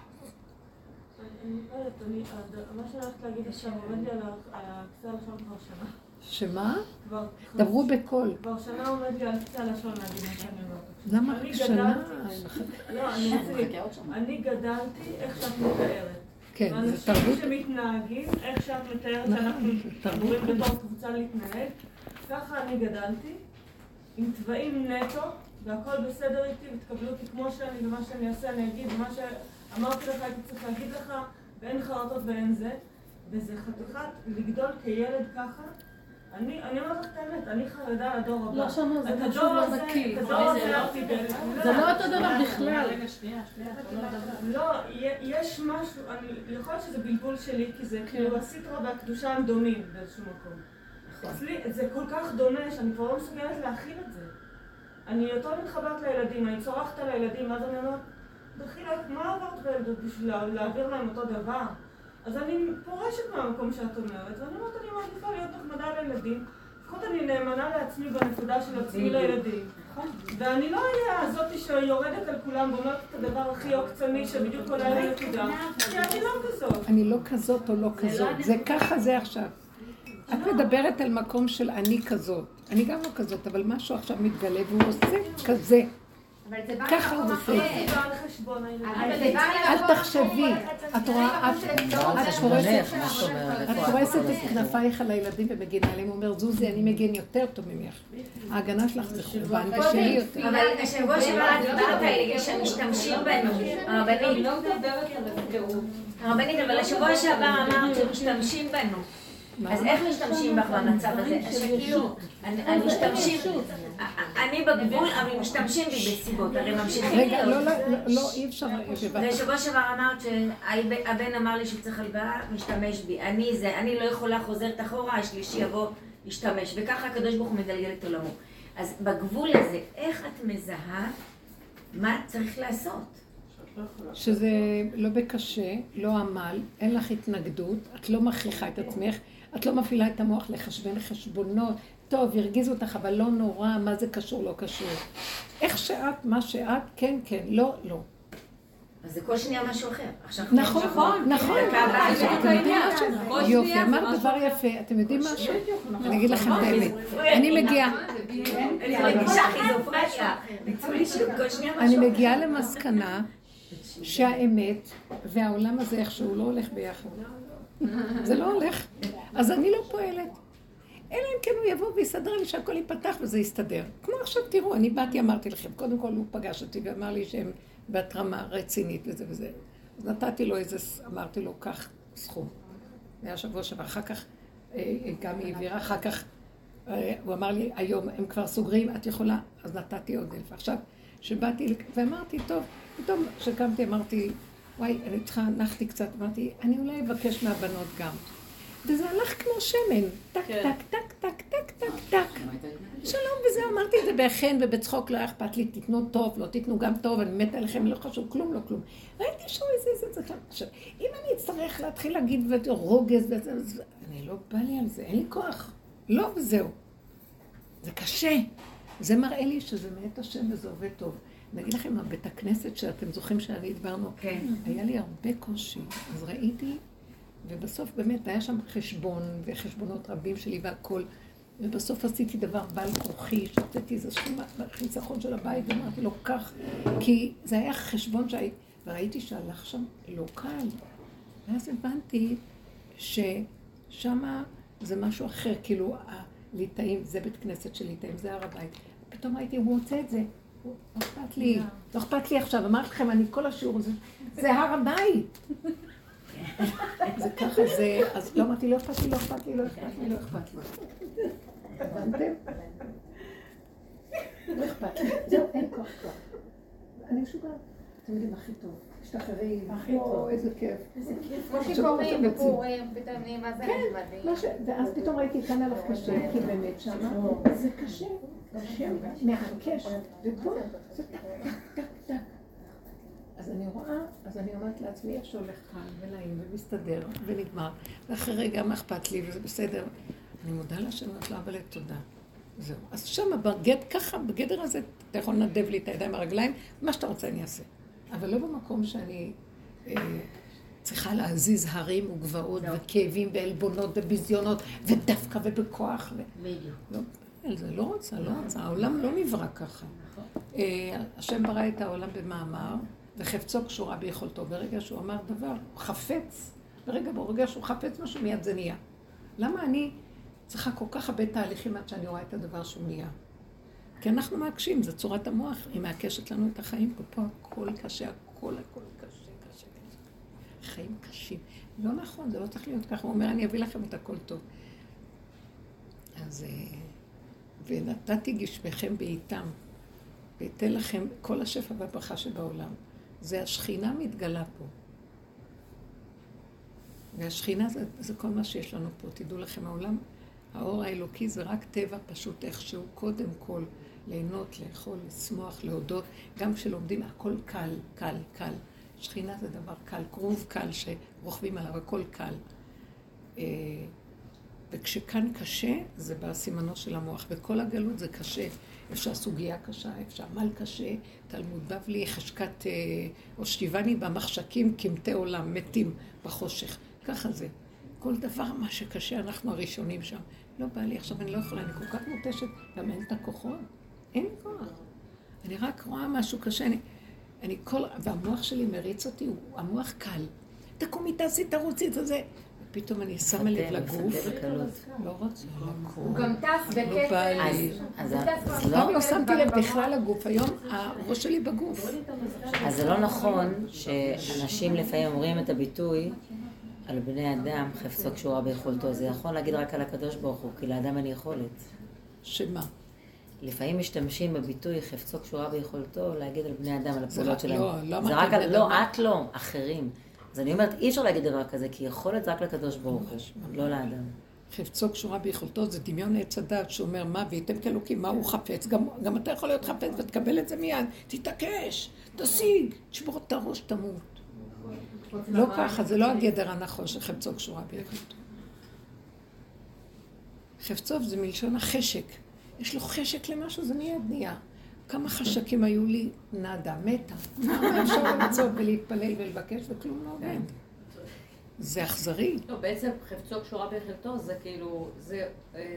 אני יודעת, מה שאני הולכת להגיד עכשיו, עומד לי על הקצה הלשון כבר שנה. שמה? דברו בקול. כבר שנה עומד לי על קצה הלשון להגיד מה שאני אומרת. למה רק שנה? לא, אני אצלי. אני גדלתי איך שאת מתארת. כן, זה תרבות. אנשים שמתנהגים, איך שאת מתארת שאנחנו אמורים בתור קבוצה להתנהג, ככה אני גדלתי, עם צבעים נטו, והכל בסדר איתי, ותקבלו אותי כמו שאני, ומה שאני אעשה, אני אגיד, ומה שאמרתי לך, הייתי צריך להגיד לך, ואין חרטות ואין זה, וזה חתיכת לגדול כילד ככה. אני, אני אומרת לך את האמת, אני חרדה על הדור הבא. לא שמה, זה משהו לא נקי. זה לא אותו דבר בכלל. רגע, שנייה, שנייה. לא, יש משהו, יכול להיות שזה בלבול שלי, כי זה כאילו הסיטרה והקדושה הם דומים באיזשהו מקום. אצלי זה כל כך דומה שאני כבר לא מסוגלת להכיל את זה. אני יותר מתחברת לילדים, אני צורחת על הילדים, אז אני אומרת, דחילת, מה עברת בילדות בשביל להעביר להם אותו דבר? אז אני פורשת מהמקום שאת אומרת, ואני אומרת, אני מעדיפה להיות נחמדה לילדים, לפחות אני נאמנה לעצמי בנקודה של עצמי לילדים. ואני לא אהיה הזאתי שיורדת על כולם ואומרת את הדבר הכי עוקצני שבדיוק עולה לי נקודה, כי אני לא כזאת. אני לא כזאת או לא כזאת, זה ככה זה עכשיו. את מדברת על מקום של אני כזאת. אני גם לא כזאת, אבל משהו עכשיו מתגלה והוא עושה כזה. ככה הוא עושה. אל תחשבי, את רואה, את פורסת את כנפייך על הילדים ומגינה עליהם, הוא אומר, זוזי, אני מגן יותר טוב ממך. ההגנה שלך זה חורבן ושלי יותר. אבל השבוע שבא דיברת על שמשתמשים בנו, הרבנית, הרבנית, אבל השבוע שעבר אמרת שמשתמשים בנו. אז איך משתמשים בך במצב הזה? שכאילו, המשתמשים, אני בגבול, אבל משתמשים בי בסיבות, הרי ממשיכים להיות. רגע, לא, לא, אי אפשר. בשבוע שעבר אמרת שהבן אמר לי שצריך הלוואה, משתמש בי. אני זה, אני לא יכולה חוזרת אחורה, השלישי יבוא, ישתמש. וככה הקדוש ברוך הוא מגלגל את עולמו. אז בגבול הזה, איך את מזהה מה צריך לעשות? שזה לא בקשה, לא עמל, אין לך התנגדות, את לא מכריחה את עצמך, את לא מפעילה את המוח לחשבן חשבונות, טוב, הרגיז אותך, אבל לא נורא, מה זה קשור, לא קשור. איך שאת, מה שאת, כן, כן, לא, לא. אז זה כל שנייה משהו אחר. נכון, נכון. אתם יודעים משהו? יופי, אמרת דבר יפה, אתם יודעים משהו? אני אגיד לכם באמת. אני מגיעה... אני מגיעה למסקנה שהאמת והעולם הזה איכשהו לא הולך ביחד. זה לא הולך. אז אני לא פועלת. אלא אם כן הוא יבוא ויסדר לי שהכל ייפתח וזה יסתדר. כמו עכשיו תראו, אני באתי, אמרתי לכם, קודם כל הוא פגש אותי ואמר לי שהם בהתרמה רצינית וזה וזה. אז נתתי לו איזה, אמרתי לו, קח סכום. היה שבוע שבוע, אחר כך גם היא העבירה, אחר כך הוא אמר לי, היום הם כבר סוגרים, את יכולה? אז נתתי עוד אלף. עכשיו, שבאתי ואמרתי, טוב, פתאום שקמתי, אמרתי, וואי, אני צריכה, נחתי קצת, אמרתי, אני אולי אבקש מהבנות גם. וזה הלך כמו שמן, טק, טק, טק, טק, טק, טק, טק. שלום, וזהו, אמרתי את זה בהכן ובצחוק, לא היה אכפת לי, תיתנו טוב, לא תיתנו גם טוב, אני מתה עליכם, לא חשוב, כלום, לא כלום. ראיתי שהוא איזה, איזה, זה כאן. עכשיו, אם אני אצטרך להתחיל להגיד רוגז וזה, אני לא בא לי על זה, אין לי כוח. לא, וזהו. זה קשה. זה מראה לי שזה מאת השם וזה עובד טוב. אני אגיד לכם, בית הכנסת שאתם זוכרים שאני הדברנו, היה לי הרבה קושי, אז ראיתי, ובסוף באמת היה שם חשבון וחשבונות רבים שלי והכל, ובסוף עשיתי דבר בעל כוחי, שתתי איזה שום חיסכון של הבית, ואמרתי לו כך, כי זה היה חשבון שהי... וראיתי שהלך שם לא קל. ואז הבנתי ששמה זה משהו אחר, כאילו הליטאים, זה בית כנסת של ליטאים, זה הר הבית. פתאום ראיתי, הוא רוצה את זה, לא אכפת לי, לא אכפת לי עכשיו, אמרתי לכם, אני כל השיעור הזה, זה הר הבית. זה ככה, זה, אז לא אמרתי, לא אכפת לי, לא אכפת לי, לא אכפת לי, לא אכפת לי. הבנתם? לא אכפת לי, זהו, אין כוח כבר. אני משוגעת. אתם יודעים, הכי טוב. משתחררים, הכי טוב, איזה כיף. איזה כיף. כמו שקוראים בפורים, פתאום נהיים מה זה נחמדים. ואז פתאום ראיתי כאן עליו קשה, כי באמת שמה, זה קשה, קשה, מהקש, ופה זה טק, טק, טק, טק. אז אני רואה, אז אני אומרת לעצמי איך שהולך כאן, ונעים, ומסתדר, ונגמר. ואחרי רגע מה אכפת לי, וזה בסדר. אני מודה לה שאני אומרת לה, אבל תודה. זהו. אז שמה, בגד, ככה, בגדר הזה, אתה יכול לנדב לי את הידיים הרגליים, מה שאתה רוצה אני אעשה. אבל לא במקום שאני אה, צריכה להזיז הרים וגבעות וכאבים ועלבונות וביזיונות ודווקא ובכוח. ו... לא, זה לא רוצה, לא רוצה. העולם לא נברא ככה. אה, השם ברא את העולם במאמר, וחפצו קשורה ביכולתו. ברגע שהוא אמר דבר, הוא חפץ. ברגע, ברגע שהוא חפץ משהו, מיד זה נהיה. למה אני צריכה כל כך הרבה תהליכים עד שאני רואה את הדבר שהוא נהיה? כי אנחנו מעקשים, זו צורת המוח, היא מעקשת לנו את החיים, פה הכל קשה, הכל הכל קשה, קשה, קשה. חיים קשים. לא נכון, זה לא צריך להיות ככה. הוא אומר, אני אביא לכם את הכל טוב. אז, ונתתי גשמכם בעיתם, ואתן לכם כל השפע והברכה שבעולם. זה השכינה מתגלה פה. והשכינה זה, זה כל מה שיש לנו פה. תדעו לכם, העולם, האור האלוקי זה רק טבע פשוט איכשהו, קודם כל. ליהנות, לאכול, לשמוח, להודות, גם כשלומדים, הכל קל, קל, קל. שכינה זה דבר קל, קרוב קל שרוכבים עליו, הכל קל. וכשכאן קשה, זה בסימנו של המוח. וכל הגלות זה קשה. אפשר סוגיה קשה, אפשר מל קשה, תלמוד בבלי, חשקת או שטיבני במחשקים, כמתי עולם, מתים בחושך. ככה זה. כל דבר מה שקשה, אנחנו הראשונים שם. לא בא לי, עכשיו אני לא יכולה, אני כל כך מותשת, גם אין את הכוחות. אין כוח. אני רק רואה משהו קשה, אני, אני כל, והמוח שלי מריץ אותי, הוא, המוח קל. תקומי, תעשי, תרוצי, את זה. ופתאום אני שמה לב לגוף. לא רוצה לקום. הוא גם טס בקצב. לא שמתי לב בכלל לגוף. היום הראש שלי בגוף. אז זה לא נכון שאנשים לפעמים אומרים את הביטוי על בני אדם, חפצו קשורה ביכולתו. זה יכול להגיד רק על הקדוש ברוך הוא, כי לאדם אין יכולת. שמה? לפעמים משתמשים בביטוי חפצו קשורה ביכולתו להגיד על בני אדם, על הפעולות שלהם. לא, לא, זה רק על, לא, את לא, אחרים. אז אני אומרת, אי אפשר להגיד דבר כזה, כי יכולת רק לקדוש ברוך הוא, לא לאדם. חפצו קשורה ביכולתו זה דמיון עץ הדת שאומר מה, והייתם כאלוקים, מה הוא חפץ? גם, גם אתה יכול להיות חפץ ותקבל את זה מיד. תתעקש, תשיג, תשבור את הראש, תמות. לא ככה, זה לא הגדר הנכון של חפצו קשורה ביכולתו. חפצו זה מלשון החשק. יש לו חשק למשהו, זה מיד נהיה. כמה חשקים היו לי? נדה, מתה. מה אפשר למצוא ולהתפלל ולבקש וכלום לא עובד. זה אכזרי. לא, בעצם חפצו קשורה ביכולתו זה כאילו, זה,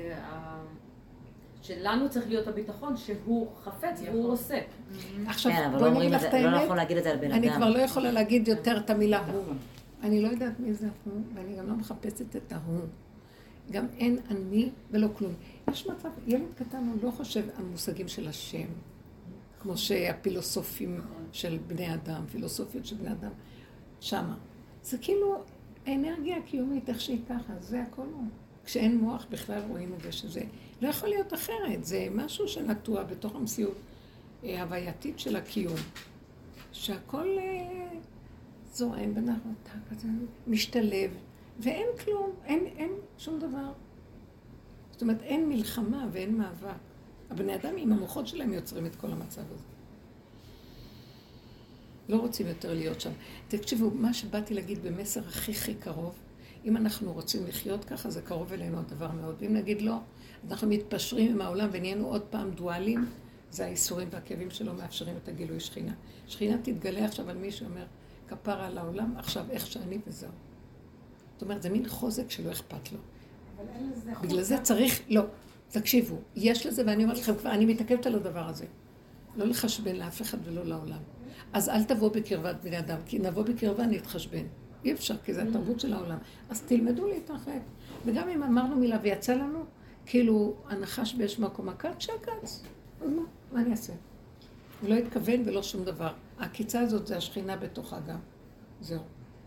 שלנו צריך להיות הביטחון שהוא חפץ והוא עושה. עכשיו, בואי נגיד לך את האמת. לא נכון להגיד את זה על בן אדם. אני כבר לא יכולה להגיד יותר את המילה הוא. אני לא יודעת מי זה הוא, ואני גם לא מחפשת את ההוא. גם אין אני ולא כלום. יש מצב, ילד קטן הוא לא חושב על מושגים של השם, כמו שהפילוסופים של בני אדם, פילוסופיות של בני אדם, שמה. זה כאילו האנרגיה הקיומית, איך שהיא ככה, זה הכל הוא. כשאין מוח בכלל רואים את זה שזה לא יכול להיות אחרת, זה משהו שנטוע בתוך המציאות הווייתית של הקיום, שהכל זורם בנחת, משתלב, ואין כלום, אין, אין שום דבר. זאת אומרת, אין מלחמה ואין מאבק. הבני אדם עם המוחות שלהם יוצרים את כל המצב הזה. לא רוצים יותר להיות שם. תקשיבו, מה שבאתי להגיד במסר הכי הכי קרוב, אם אנחנו רוצים לחיות ככה, זה קרוב אלינו הדבר מאוד. ואם נגיד לא, אנחנו מתפשרים עם העולם ונהיינו עוד פעם דואלים, זה האיסורים והכאבים שלא מאפשרים את הגילוי שכינה. שכינה תתגלה עכשיו על מי שאומר, כפרה על העולם, עכשיו איך שאני וזהו. זאת אומרת, זה מין חוזק שלא אכפת לו. בגלל זה צריך, לא, תקשיבו, יש לזה, ואני אומרת לכם כבר, אני מתעכבת על הדבר הזה. לא לחשבן לאף אחד ולא לעולם. אז אל תבוא בקרבת בני אדם, כי נבוא בקרבה נתחשבן. אי אפשר, כי זה התרבות של העולם. אז תלמדו להתרחק. וגם אם אמרנו מילה ויצא לנו, כאילו הנחש באיש מקום הקץ, שהקץ. אז מה? מה אני אעשה? הוא לא התכוון ולא שום דבר. הקיצה הזאת זה השכינה בתוכה גם. זהו.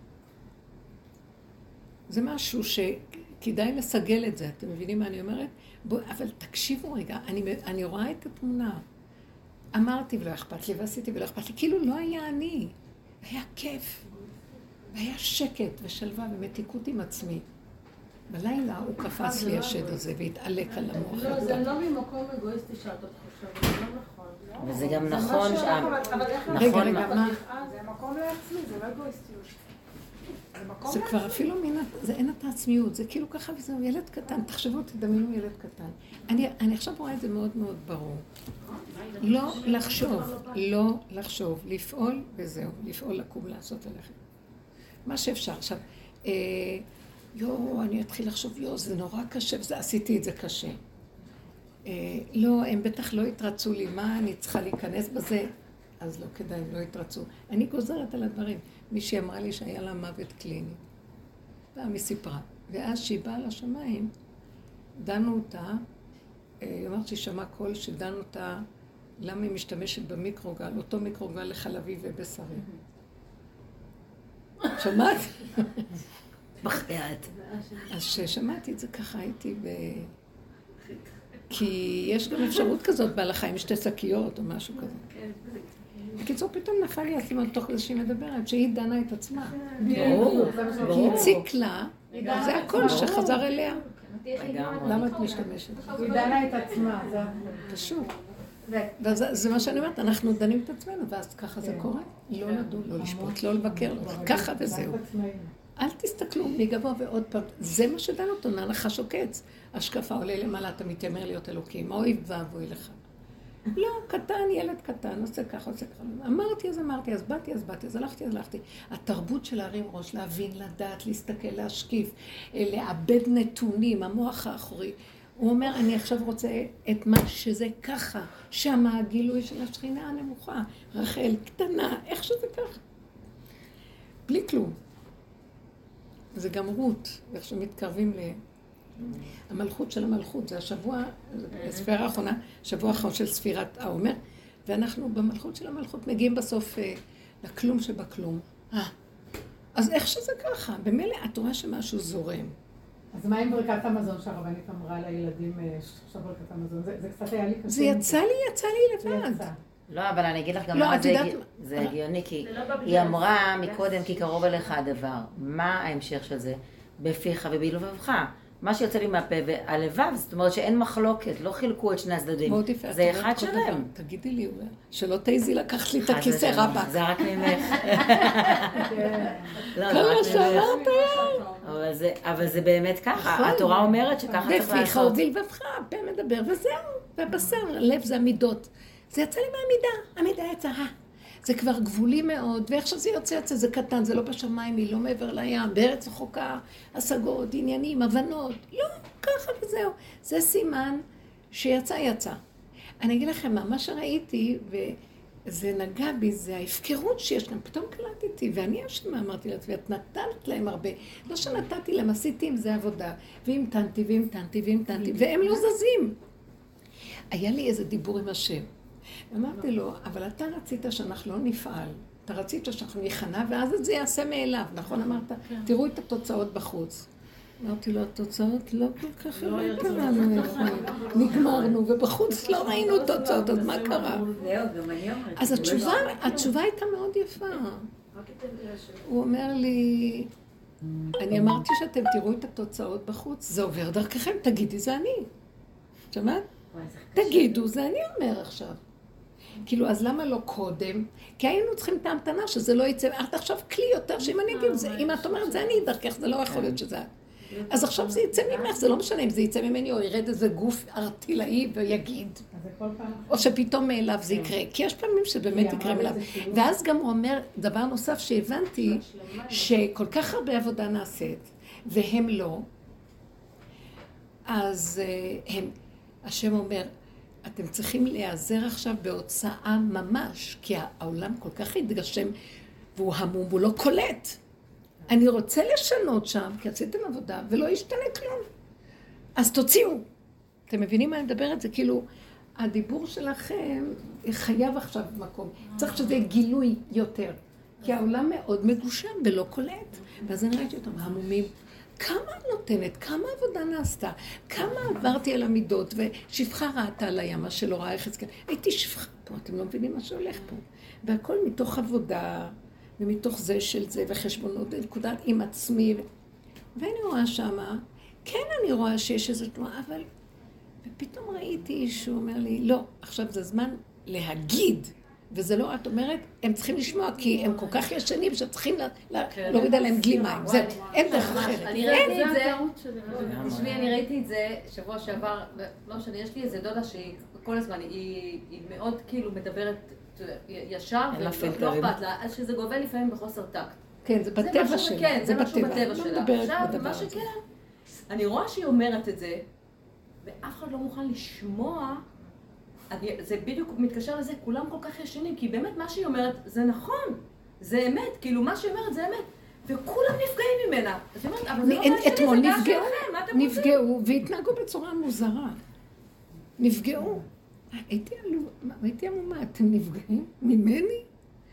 זה משהו שכדאי לסגל את זה. אתם מבינים מה אני אומרת? בוא, אבל תקשיבו רגע, אני, אני רואה את התמונה. אמרתי ולא אכפת לי, ועשיתי ולא אכפת לי. כאילו לא היה אני. היה כיף. והיה שקט ושלווה ומתיקות עם עצמי. בלילה הוא קפץ לי השד הזה והתעלק על המוח. לא, זה לא ממקום אגואיסטי שאת חושבת, זה לא נכון. וזה גם נכון שם. רגע, רגע, מה? זה מקום לעצמי, זה לא אגואיסטיות. זה כבר אפילו מן, זה אין את העצמיות, זה כאילו ככה וזהו, ילד קטן, תחשבו, תדמיינו ילד קטן. אני, אני עכשיו רואה את זה מאוד מאוד ברור. לא לחשוב, לא לחשוב, לפעול וזהו, לפעול, לקום, לעשות ולכת. מה שאפשר. עכשיו, אה, יו, אני אתחיל לחשוב, יו, זה נורא קשה, וזה, עשיתי את זה קשה. אה, לא, הם בטח לא התרצו לי, מה אני צריכה להיכנס בזה? אז לא כדאי, הם לא התרצו. אני גוזרת על הדברים. מישהי אמרה לי שהיה לה מוות קליני. פעם היא סיפרה. ואז שהיא באה לשמיים, דנו אותה, היא אומרת שהיא שמעה קול שדנו אותה, למה היא משתמשת במיקרוגל, אותו מיקרוגל לחלבי ובשרי. שמעת? בחייאת. אז כששמעתי את זה ככה הייתי ב... כי יש גם אפשרות כזאת בהלכה עם שתי שקיות או משהו כזה. בקיצור, פתאום נפל לי הסימן תוך כזה שהיא מדברת, שהיא דנה את עצמה. כי הציק לה, זה הכל שחזר אליה. למה את משתמשת? היא דנה את עצמה, זה פשוט. וזה מה שאני אומרת, אנחנו דנים את עצמנו, ואז ככה זה קורה. לא לדון, לא לשפוט, לא לבקר, ככה וזהו. אל תסתכלו מגבוה ועוד פעם, זה מה שדן אותו, נחש עוקץ. השקפה עולה למעלה, אתה מתיימר להיות אלוקים, אוי ואבוי לך. לא, קטן, ילד קטן, עושה ככה, עושה ככה. אמרתי, אז אמרתי, אז באתי, אז באתי, אז הלכתי, אז הלכתי. התרבות של להרים ראש, להבין, לדעת, להסתכל, להשקיף, לאבד נתונים, המוח האחורי. הוא אומר, אני עכשיו רוצה את מה שזה ככה, שמה הגילוי של השכינה הנמוכה, רחל, קטנה, איך שזה ככה. בלי כלום. זה גם רות, איך שמתקרבים ל... המלכות של המלכות, זה השבוע, הספירה האחרונה, שבוע האחרון של ספירת העומר, ואנחנו במלכות של המלכות מגיעים בסוף אה, לכלום שבכלום. אה, אז איך שזה ככה? במילא את רואה שמשהו זורם. אז מה עם ברכת המזון שהרבנית אמרה לילדים, עכשיו ברכת המזון? זה, זה קצת היה לי קשה. זה יצא לי, יצא לי לבד. לא, אבל אני אגיד לך גם לא, למה זה, יודעת... הגיע, זה הגיוני, כי היא אמרה מקודם, כי קרוב אליך הדבר. מה ההמשך של זה? בפיך ובלבבך. מה שיוצא לי מהפה והלבב, זאת אומרת שאין מחלוקת, לא חילקו את שני הצדדים. זה אחד שלם. תגידי לי, שלא תעיזי לקחת לי את הכיסא רבק. זה רק ממך. כמה שאמרת אבל זה באמת ככה. התורה אומרת שככה צריך לעשות. בפיך ובלבבך, הפה מדבר, וזהו. והבשר, הלב זה המידות. זה יצא לי מהמידה, המידה יצאה. זה כבר גבולי מאוד, ואיך שזה יוצא יוצא, זה קטן, זה לא בשמיים, היא לא מעבר לים, בארץ רחוקה, השגות, עניינים, הבנות, לא, ככה וזהו. זה סימן שיצא יצא. אני אגיד לכם מה, מה שראיתי, וזה נגע בי, זה ההפקרות שיש להם, פתאום קלטתי, ואני אשמה אמרתי לעצמי, את נתנת להם הרבה, לא שנתתי להם, עשיתי עם זה עבודה, והמתנתי, והמתנתי, והמתנתי, והם לא זזים. היה לי איזה דיבור עם השם. אמרתי לו, אבל אתה רצית שאנחנו לא נפעל, אתה רצית שאנחנו ניכנע, ואז זה יעשה מאליו, נכון? אמרת, תראו את התוצאות בחוץ. אמרתי לו, התוצאות לא כל כך הראית לנו, נגמרנו, ובחוץ לא ראינו תוצאות, אז מה קרה? אז התשובה הייתה מאוד יפה. הוא אומר לי, אני אמרתי שאתם תראו את התוצאות בחוץ, זה עובר דרככם, תגידי, זה אני. שמעת? תגידו, זה אני אומר עכשיו. כאילו, אז למה לא קודם? כי היינו צריכים את ההמתנה שזה לא יצא, את עכשיו כלי יותר, שאם אני אגיד, אם את אומרת, זה אני דרכך, זה לא יכול להיות שזה את. אז עכשיו זה יצא ממך, זה לא משנה אם זה יצא ממני או ירד איזה גוף ארטילאי ויגיד. או שפתאום מאליו זה יקרה. כי יש פעמים שבאמת יקרה מאליו. ואז גם הוא אומר, דבר נוסף שהבנתי, שכל כך הרבה עבודה נעשית, והם לא, אז הם, השם אומר, אתם צריכים להיעזר עכשיו בהוצאה ממש, כי העולם כל כך התגשם, והוא המום, הוא לא קולט. אני רוצה לשנות שם, כי עשיתם עבודה, ולא ישתנה כלום. אז תוציאו. אתם מבינים מה אני מדברת? זה כאילו, הדיבור שלכם חייב עכשיו במקום. צריך שזה גילוי יותר. כי העולם מאוד מגושם ולא קולט. ואז אני ראיתי אותם, המומים. כמה נותנת, כמה עבודה נעשתה, כמה עברתי על המידות, ושפחה ראתה על הים, מה שלא ראה יחזקאל. הייתי שפחה פה, אתם לא מבינים מה שהולך פה. והכל מתוך עבודה, ומתוך זה של זה, וחשבונות, נקודה עם עצמי. ואני רואה שמה, כן אני רואה שיש איזו תנועה, אבל... ופתאום ראיתי שהוא אומר לי, לא, עכשיו זה זמן להגיד. וזה לא, את אומרת, הם צריכים לשמוע, כי הם כל כך ישנים שצריכים להוריד עליהם דלי מים. זה, אין דרך אחרת. אני ראיתי את זה, בשבילי אני ראיתי את זה שבוע שעבר, לא שאני, יש לי איזה דודה שהיא כל הזמן, היא מאוד כאילו מדברת ישר, ולא אכפת לה, שזה גובל לפעמים בחוסר טקט. כן, זה בטבע שלה. כן, זה משהו בטבע שלה. עכשיו, מה שכן, אני רואה שהיא אומרת את זה, ואף אחד לא מוכן לשמוע, אני, זה בדיוק מתקשר לזה, כולם כל כך ישנים, כי באמת מה שהיא אומרת זה נכון, זה אמת, כאילו מה שהיא אומרת זה אמת, וכולם נפגעים ממנה. אז היא אומרת, אבל זה לא מה שלי, זה גם שלכם, מה אתם רוצים? נפגעו והתנהגו בצורה מוזרה. נפגעו. הייתי הייתי עמומה, אתם נפגעים ממני?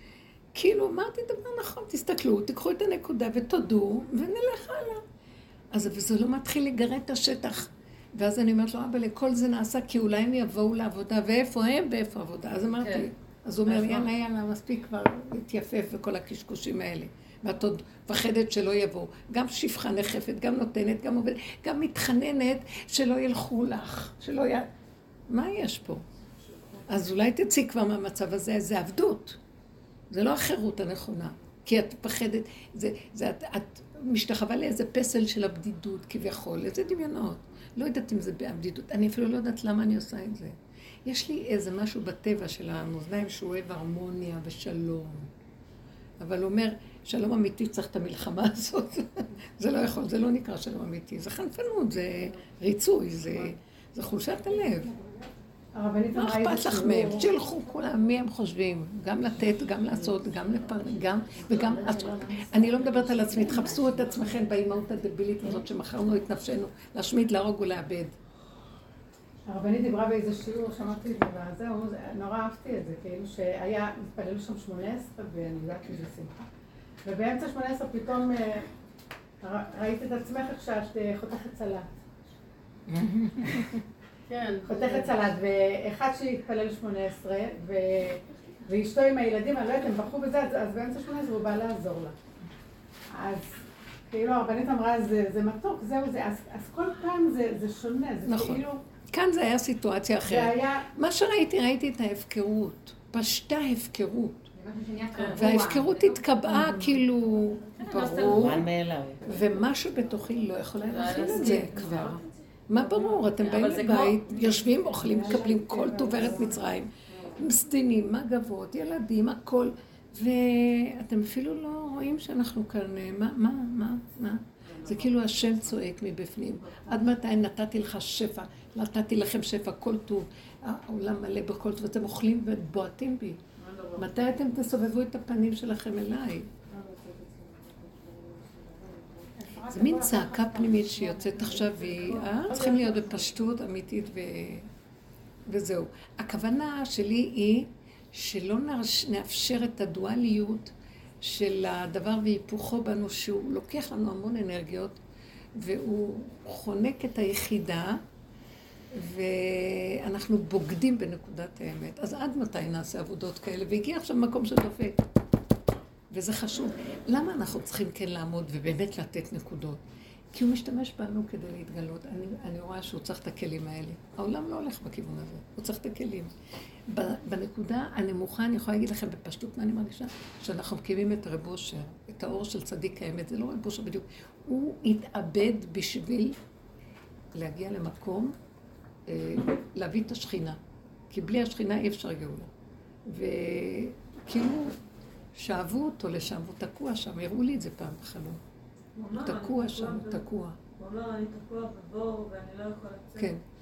כאילו אמרתי דבר נכון, תסתכלו, תיקחו את הנקודה ותודו, ונלך הלאה. אז וזה לא מתחיל לגרד את השטח. ואז אני אומרת לו, אבל לכל זה נעשה, כי אולי הם יבואו לעבודה, ואיפה הם, ואיפה עבודה. אז אמרתי, כן. אז הוא אומר, יאללה, יאללה, מספיק כבר להתייפף וכל הקשקושים האלה. ואת עוד פחדת שלא יבואו. גם שפחה נחפת, גם נותנת, גם עובדת, גם מתחננת שלא ילכו לך, שלא י... מה יש פה? אז אולי תצאי כבר מהמצב הזה, זה עבדות. זה לא החירות הנכונה. כי את פחדת, זה, זה, את, את משתחווה לאיזה פסל של הבדידות, כביכול, איזה דמיונות. לא יודעת אם זה בעבדידות, אני אפילו לא יודעת למה אני עושה את זה. יש לי איזה משהו בטבע של המאזניים שהוא אוהב הרמוניה ושלום. אבל הוא אומר, שלום אמיתי צריך את המלחמה הזאת. זה לא יכול, זה לא נקרא שלום אמיתי. זה חנפנות, זה ריצוי, זה, זה חולשת הלב. מה אכפת לך מהם? שילכו כולם, מי הם חושבים? גם לתת, גם לעשות, גם לפר... גם וגם... אני לא מדברת על עצמי, תחפשו את עצמכם באימהות הדבילית הזאת שמכרנו את נפשנו, להשמיד, להרוג ולאבד. הרבנית דיברה באיזה שיעור, שמעתי את זה, וזהו, נורא אהבתי את זה, כאילו שהיה, התפללו שם שמונה עשרה, ואני יודעת מזה שמחה. ובאמצע שמונה עשרה פתאום ראית את עצמך איך שאת חותכת סלט. כן. חותכת סלט, ואחד שהתפלל שמונה עשרה, ואשתו עם הילדים, אני לא יודעת, הם בחרו בזה, אז באמצע שמונה עשרה הוא בא לעזור לה. אז כאילו הרבנית אמרה, זה מתוק, זהו זה, אז כל פעם זה שונה, זה כאילו... כאן זה היה סיטואציה אחרת. היה... מה שראיתי, ראיתי את ההפקרות. פשטה הפקרות. וההפקרות התקבעה כאילו ברור. ומשהו בתוכי לא יכולה להכין את זה כבר. מה ברור? אתם באים לבית, יושבים, אוכלים, מקבלים כל תוברת מצרים. מסדינים, מגבות, ילדים, הכל. ואתם אפילו לא רואים שאנחנו כאן, מה, מה, מה, מה? זה כאילו השם צועק מבפנים. עד מתי נתתי לך שפע, נתתי לכם שפע, כל טוב, העולם מלא בכל טוב, אתם אוכלים ובועטים בי. מתי אתם תסובבו את הפנים שלכם אליי? זה מין צעקה פנימית שיוצאת עכשיו, והיא צריכים להיות בפשטות אמיתית ו... וזהו. הכוונה שלי היא שלא נאפשר את הדואליות של הדבר והיפוכו בנו, שהוא לוקח לנו המון אנרגיות, והוא חונק את היחידה, ואנחנו בוגדים בנקודת האמת. אז עד מתי נעשה עבודות כאלה? והגיע עכשיו מקום שדופק. וזה חשוב. למה אנחנו צריכים כן לעמוד ובאמת לתת נקודות? כי הוא משתמש בנו כדי להתגלות. אני, אני רואה שהוא צריך את הכלים האלה. העולם לא הולך בכיוון הזה. הוא צריך את הכלים. בנקודה הנמוכה, אני יכולה להגיד לכם בפשטות מה אני מרגישה, שאנחנו מקימים את רב אושר, את האור של צדיק האמת. זה לא רב אושר בדיוק. הוא התאבד בשביל להגיע למקום, להביא את השכינה. כי בלי השכינה אי אפשר גאולה. וכאילו שאבו אותו לשם, הוא תקוע שם. הראו לי את זה פעם בחלום. הוא תקוע שם, הוא תקוע. הוא אומר, אני תקוע בבור ואני לא יכול לצאת. כן.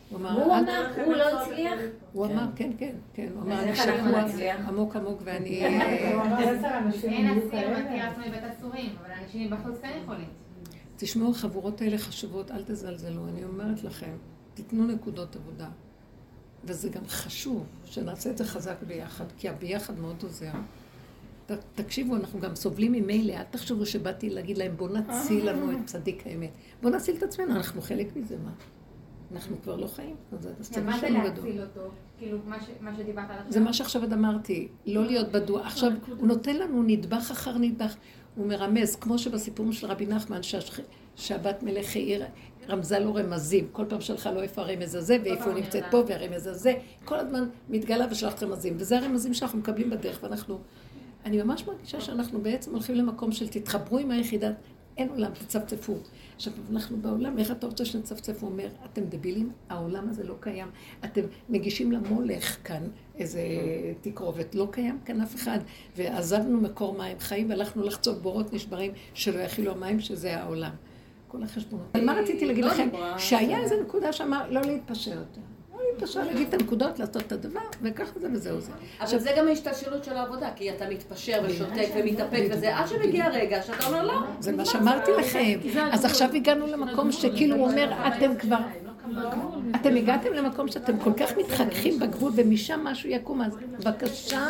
הוא אמר, הוא לא הצליח? הוא אמר, כן, כן, כן. הוא אמר, אני שקוע עמוק עמוק ואני... אין אסיר מתיר מבית אסורים, אבל אנשים בחוץ כן יכולים. תשמעו, החבורות האלה חשובות, אל תזלזלו. אני אומרת לכם, תיתנו נקודות עבודה. וזה גם חשוב שנעשה את זה חזק ביחד, כי הביחד מאוד עוזר. תקשיבו, אנחנו גם סובלים ממילא, אל תחשבו שבאתי להגיד להם, בוא נציל לנו את צדיק האמת. בוא נציל את עצמנו, אנחנו חלק מזה, מה? אנחנו כבר לא חיים. מה זה להציל אותו? כאילו, מה שדיברת עד עכשיו? זה מה שעכשיו עוד אמרתי, לא להיות בדוע. עכשיו, הוא נותן לנו נדבך אחר נדבך, הוא מרמז, כמו שבסיפור של רבי נחמן, שהבת מלך העיר, רמזה לו רמזים, כל פעם שלך לא איפה הרמז הזה, ואיפה הוא נמצאת פה, והרמז הזה, כל הזמן מתגלה ושלחת רמזים, וזה הרמזים שאנחנו מקבלים בדרך, ואנחנו, אני ממש מרגישה שאנחנו בעצם הולכים למקום של תתחברו עם היחידה, אין עולם, תצפצפו. עכשיו, אנחנו בעולם, איך אתה רוצה שנצפצף? הוא אומר, אתם דבילים, העולם הזה לא קיים. אתם מגישים למולך כאן איזה תקרובת, לא קיים כאן אף אחד. ועזבנו מקור מים חיים, והלכנו לחצוב בורות נשברים שלא יכילו המים, שזה העולם. כל החשבונות. אבל מה רציתי להגיד לכם? שהיה איזו נקודה שאמר, לא להתפשר יותר. לא להתפשר, להגיד את הנקודות, לעשות את הדבר, וככה זה וזהו זה. אבל זה גם ההשתלשלות של העבודה, כי אתה מתפשר ושותק ומתאפק וזה, עד שמגיע רגע שאתה אומר לא. זה מה שאמרתי לכם. אז עכשיו הגענו למקום שכאילו הוא אומר, אתם כבר... אתם הגעתם למקום שאתם כל כך מתחככים בגבול ומשם משהו יקום, אז בבקשה.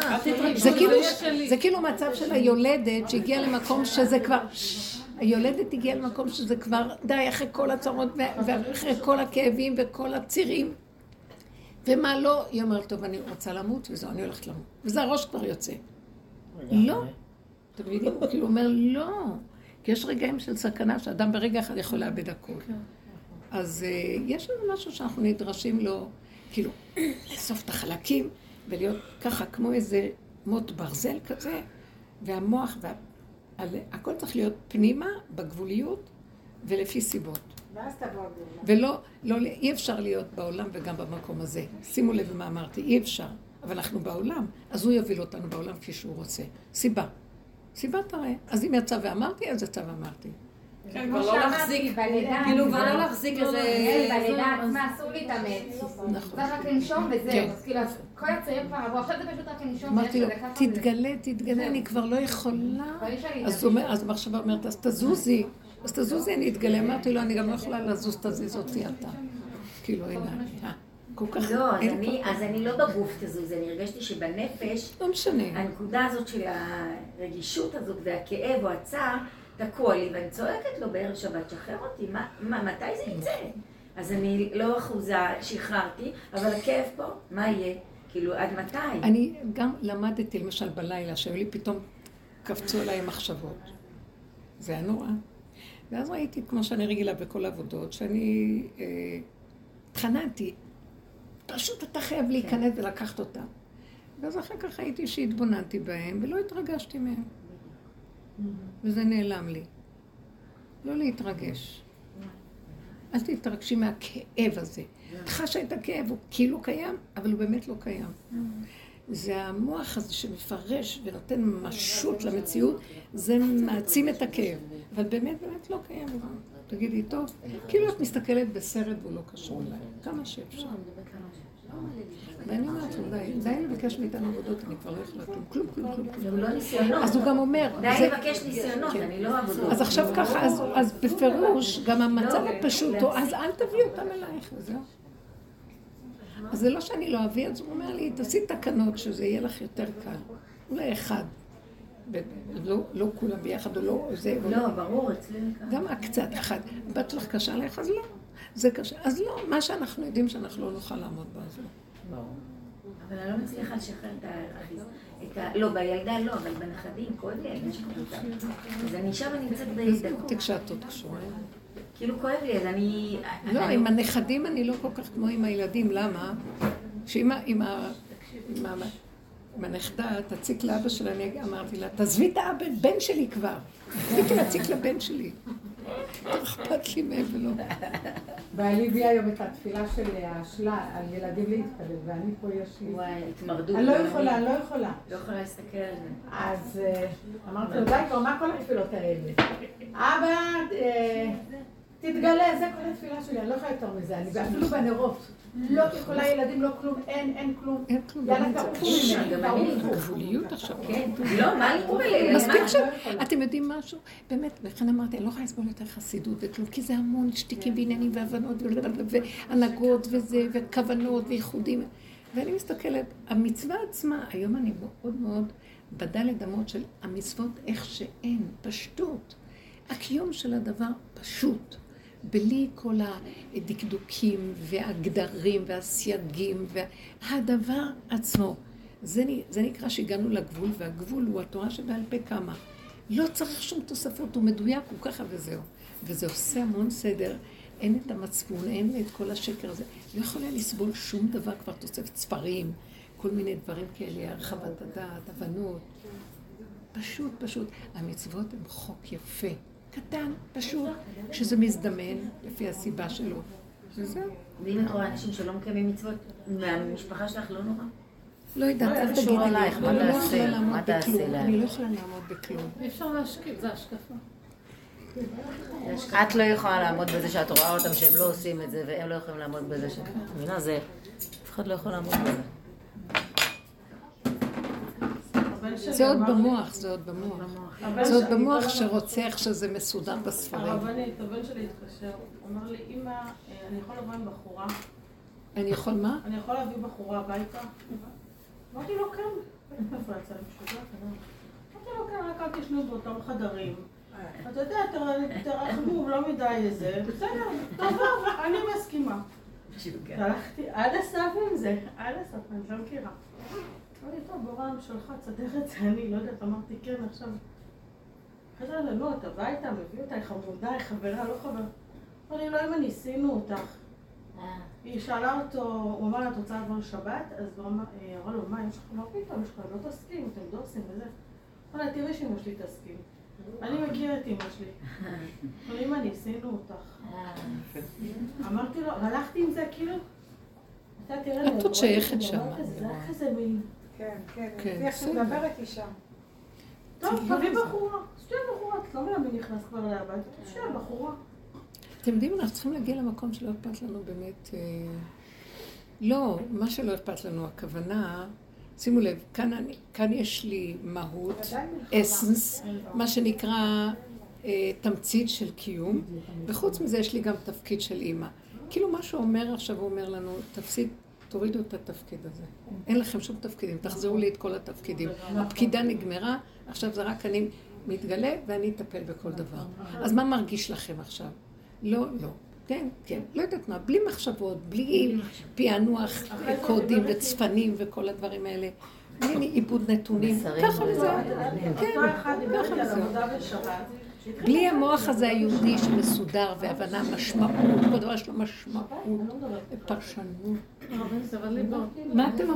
זה כאילו מצב של היולדת שהגיעה למקום שזה כבר... היולדת הגיעה למקום שזה כבר די אחרי כל הצרות ואחרי כל הכאבים וכל הצירים. ומה לא, היא אומרת, טוב, אני רוצה למות וזהו, אני הולכת למות. וזה הראש כבר יוצא. לא. אתם מבינים? כאילו הוא אומר, לא. כי יש רגעים של סכנה שאדם ברגע אחד יכול לאבד הכל. אז יש לנו משהו שאנחנו נדרשים לו, כאילו, לאסוף את החלקים ולהיות ככה כמו איזה מוט ברזל כזה, והמוח וה... הכל צריך להיות פנימה, בגבוליות ולפי סיבות. ואז תבוא ולא, לא, אי אפשר להיות בעולם וגם במקום הזה. שימו לב מה אמרתי, אי אפשר. אבל אנחנו בעולם, אז הוא יוביל אותנו בעולם כפי שהוא רוצה. סיבה. סיבה תראה. אז אם יצא ואמרתי, אז יצא ואמרתי. כבר לא להחזיק, כאילו כבר לא להחזיק איזה... בלידה עצמה אסור להתאמץ. נכון. צריך רק לנשום וזהו. אז כאילו, כל הצעירים כבר עברו, עכשיו זה פשוט רק לנשום. אמרתי לו, תתגלה, תתגלה, אני כבר לא יכולה. אז המחשבה אומרת, אז תזוזי. אז תזוזי, אני אתגלה. אמרתי לו, אני גם לא יכולה לזוז, תזיז אותי אתה. כאילו, הנה, כל כך... לא, אז אני לא בגוף תזוז, אני הרגשתי שבנפש... לא משנה. הנקודה הזאת של הרגישות הזאת והכאב או הצער, תקוע לי, ואני צועקת לו בערב שבת, שחרר אותי, מה, מתי זה יצא? אז אני לא אחוזה, שחררתי, אבל הכאב פה, מה יהיה? כאילו, עד מתי? אני גם למדתי, למשל בלילה, שהיו לי פתאום קפצו עליי מחשבות. זה היה נורא. ואז ראיתי, כמו שאני רגילה בכל העבודות, שאני אה, התחננתי, פשוט אתה חייב להיכנס ולקחת אותה. ואז אחר כך ראיתי שהתבוננתי בהם, ולא התרגשתי מהם. וזה נעלם לי. לא להתרגש. אל תתרגשי מהכאב הזה. חשה את הכאב, הוא כאילו קיים, אבל הוא באמת לא קיים. זה המוח הזה שמפרש ונותן משות למציאות, זה מעצים את הכאב. אבל באמת, באמת לא קיים. תגידי, טוב, כאילו את מסתכלת בסרט והוא לא קשור אליי. כמה שאפשר. ואני אומרת לו, די, די לבקש מאיתנו עבודות, אני כבר לא יכולה כלום, כלום, כלום, כלום. זה לא ניסיונות. אז הוא גם אומר... די לבקש ניסיונות, אני לא עבודות. אז עכשיו ככה, אז בפירוש, גם המצב הפשוט, אז אל תביא אותם אלייך, וזהו. אז זה לא שאני לא אביא, אז הוא אומר לי, תעשי תקנות שזה יהיה לך יותר קל. אולי אחד. לא כולם ביחד, או לא, זה... לא, ברור, אצלנו ככה. גם קצת אחד. בת לך קשה עליך, אז לא. זה קשה. אז לא, מה שאנחנו יודעים שאנחנו לא נוכל לעמוד בו, אז לא. ברור. אבל אני לא מצליחה לשחרר את ה... לא, בילדה לא, אבל בנכדים, כואב לי, אני אשכח אותם. אז אני שם נמצאת בהזדקות. תקשטות קשורה. כאילו כואב לי, אז אני... לא, עם הנכדים אני לא כל כך כמו עם הילדים, למה? שעם הנכדה, תציק לאבא שלה, אני אמרתי לה, תעזבי את האבא, בן שלי כבר. תפסיקי להציק לבן שלי. לא אכפת לי מהם ולא. בעלי הביא היום את התפילה של השלה על ילדים להתפלל, ואני פה יש לי... וואי, התמרדות. אני לא יכולה, אני לא יכולה. לא יכולה להסתכל על זה. אז אמרתי לו, די כבר, מה כל התפילות האלה? אבא, תתגלה, זה כל התפילה שלי, אני לא יכולה יותר מזה, אני אפילו בנרות. לא יכולה ילדים, לא כלום, אין, אין כלום. אין כלום. יאללה, תעופו ממני, תעופו. גבוליות עכשיו. כן, לא, מה להתפלל? מספיק ש... אתם יודעים משהו? באמת, לכן אמרתי, אני לא יכולה לסבול יותר חסידות וכלום, כי זה המון שתיקים ועניינים והבנות והנהגות וזה, וכוונות וייחודים. ואני מסתכלת, המצווה עצמה, היום אני מאוד מאוד בדלת אמות של המצוות איך שאין, פשטות. הקיום של הדבר פשוט. בלי כל הדקדוקים והגדרים והסייגים והדבר עצמו. זה, זה נקרא שהגענו לגבול, והגבול הוא התורה שבעל פה כמה. לא צריך שום תוספות, הוא מדויק, הוא ככה וזהו. וזה עושה המון סדר, אין את המצפון, אין את כל השקר הזה. לא יכולה לסבול שום דבר, כבר תוספת ספרים, כל מיני דברים כאלה, הרחבת הדעת, הבנות. פשוט, פשוט. המצוות הן חוק יפה. קטן, פשוט, שזה מזדמן לפי הסיבה שלו. וזהו. ואם את רואה אנשים שלא מקיימים מצוות, מהמשפחה שלך לא נורא? לא יודעת, אל תגידי לי, אני לא יכולה לעמוד בכלום. אני לא יכולה לעמוד בכלום. אי אפשר להשקיף, זה השקפה. את לא יכולה לעמוד בזה שאת רואה אותם שהם לא עושים את זה, והם לא יכולים לעמוד בזה ש... מבינה, זה... אף אחד לא יכול לעמוד בזה. זה עוד במוח, זה עוד במוח. זה עוד במוח שרוצה איך שזה מסודר בספרים. הרבנית, הבן שלי התקשר, הוא אמר לי, אמא, אני יכול לבוא עם בחורה? אני יכול מה? אני יכול להביא בחורה הביתה? אמרתי לו, כן. איפה יצא לי משוגע? אמרתי לו, כן, רק אל תשנו באותם חדרים. אתה יודע, תרחמו, לא מדי איזה, בסדר, טוב, אני מסכימה. הלכתי עד הסף עם זה, עד הסף, אני לא מכירה. אמרתי, טוב, בורם שלך, תסדר את זה, אני לא יודעת, אמרתי, כן, עכשיו. אחרי זה, לא, אתה הביתה, מביא אותה, חמודה, חברה, לא חברה. אמרתי, לא, אמא, ניסינו אותך. היא שאלה אותו, הוא אמר לה, את רוצה לבוא לשבת? אז הוא אמרה לו, מה, יש לך מה פתאום, יש לך, לא תסכים, אתם דוסים וזה. אמרה לה, תראי שאמא שלי תסכים. אני מכיר את אמא שלי. אמרה, אמא, ניסינו אותך. אמרתי לו, הלכתי עם זה, כאילו, אתה תראה לי, את עוד שייכת שם. זה היה כזה מין. כן, כן, אני איך מדברת אישה. טוב, תביא בחורה, שתהיה בחורה, את לא מבינה מי נכנס כבר להבית, שתהיה בחורה. אתם יודעים, אנחנו צריכים להגיע למקום שלא אכפת לנו באמת... לא, מה שלא אכפת לנו, הכוונה... שימו לב, כאן, אני, כאן יש לי מהות, אסנס, מה שנקרא אה, תמצית של קיום, וחוץ מזה יש לי גם תפקיד של אימא. כאילו מה שהוא אומר עכשיו, הוא אומר לנו, תפסיד, תורידו את התפקיד הזה. אין לכם שום תפקידים, תחזרו לי את כל התפקידים. הפקידה נגמרה, עכשיו זה רק אני מתגלה ואני אטפל בכל דבר. אז מה מרגיש לכם עכשיו? לא, לא. כן, כן. לא יודעת מה, בלי מחשבות, בלי פענוח קודים וצפנים וכל הדברים האלה. בלי עיבוד נתונים. ככה וזהו. כן, ככה וזהו. בלי המוח הזה היהודי שמסודר והבנה משמעות, כל דבר יש לו משמעות, פרשנות. מה אתם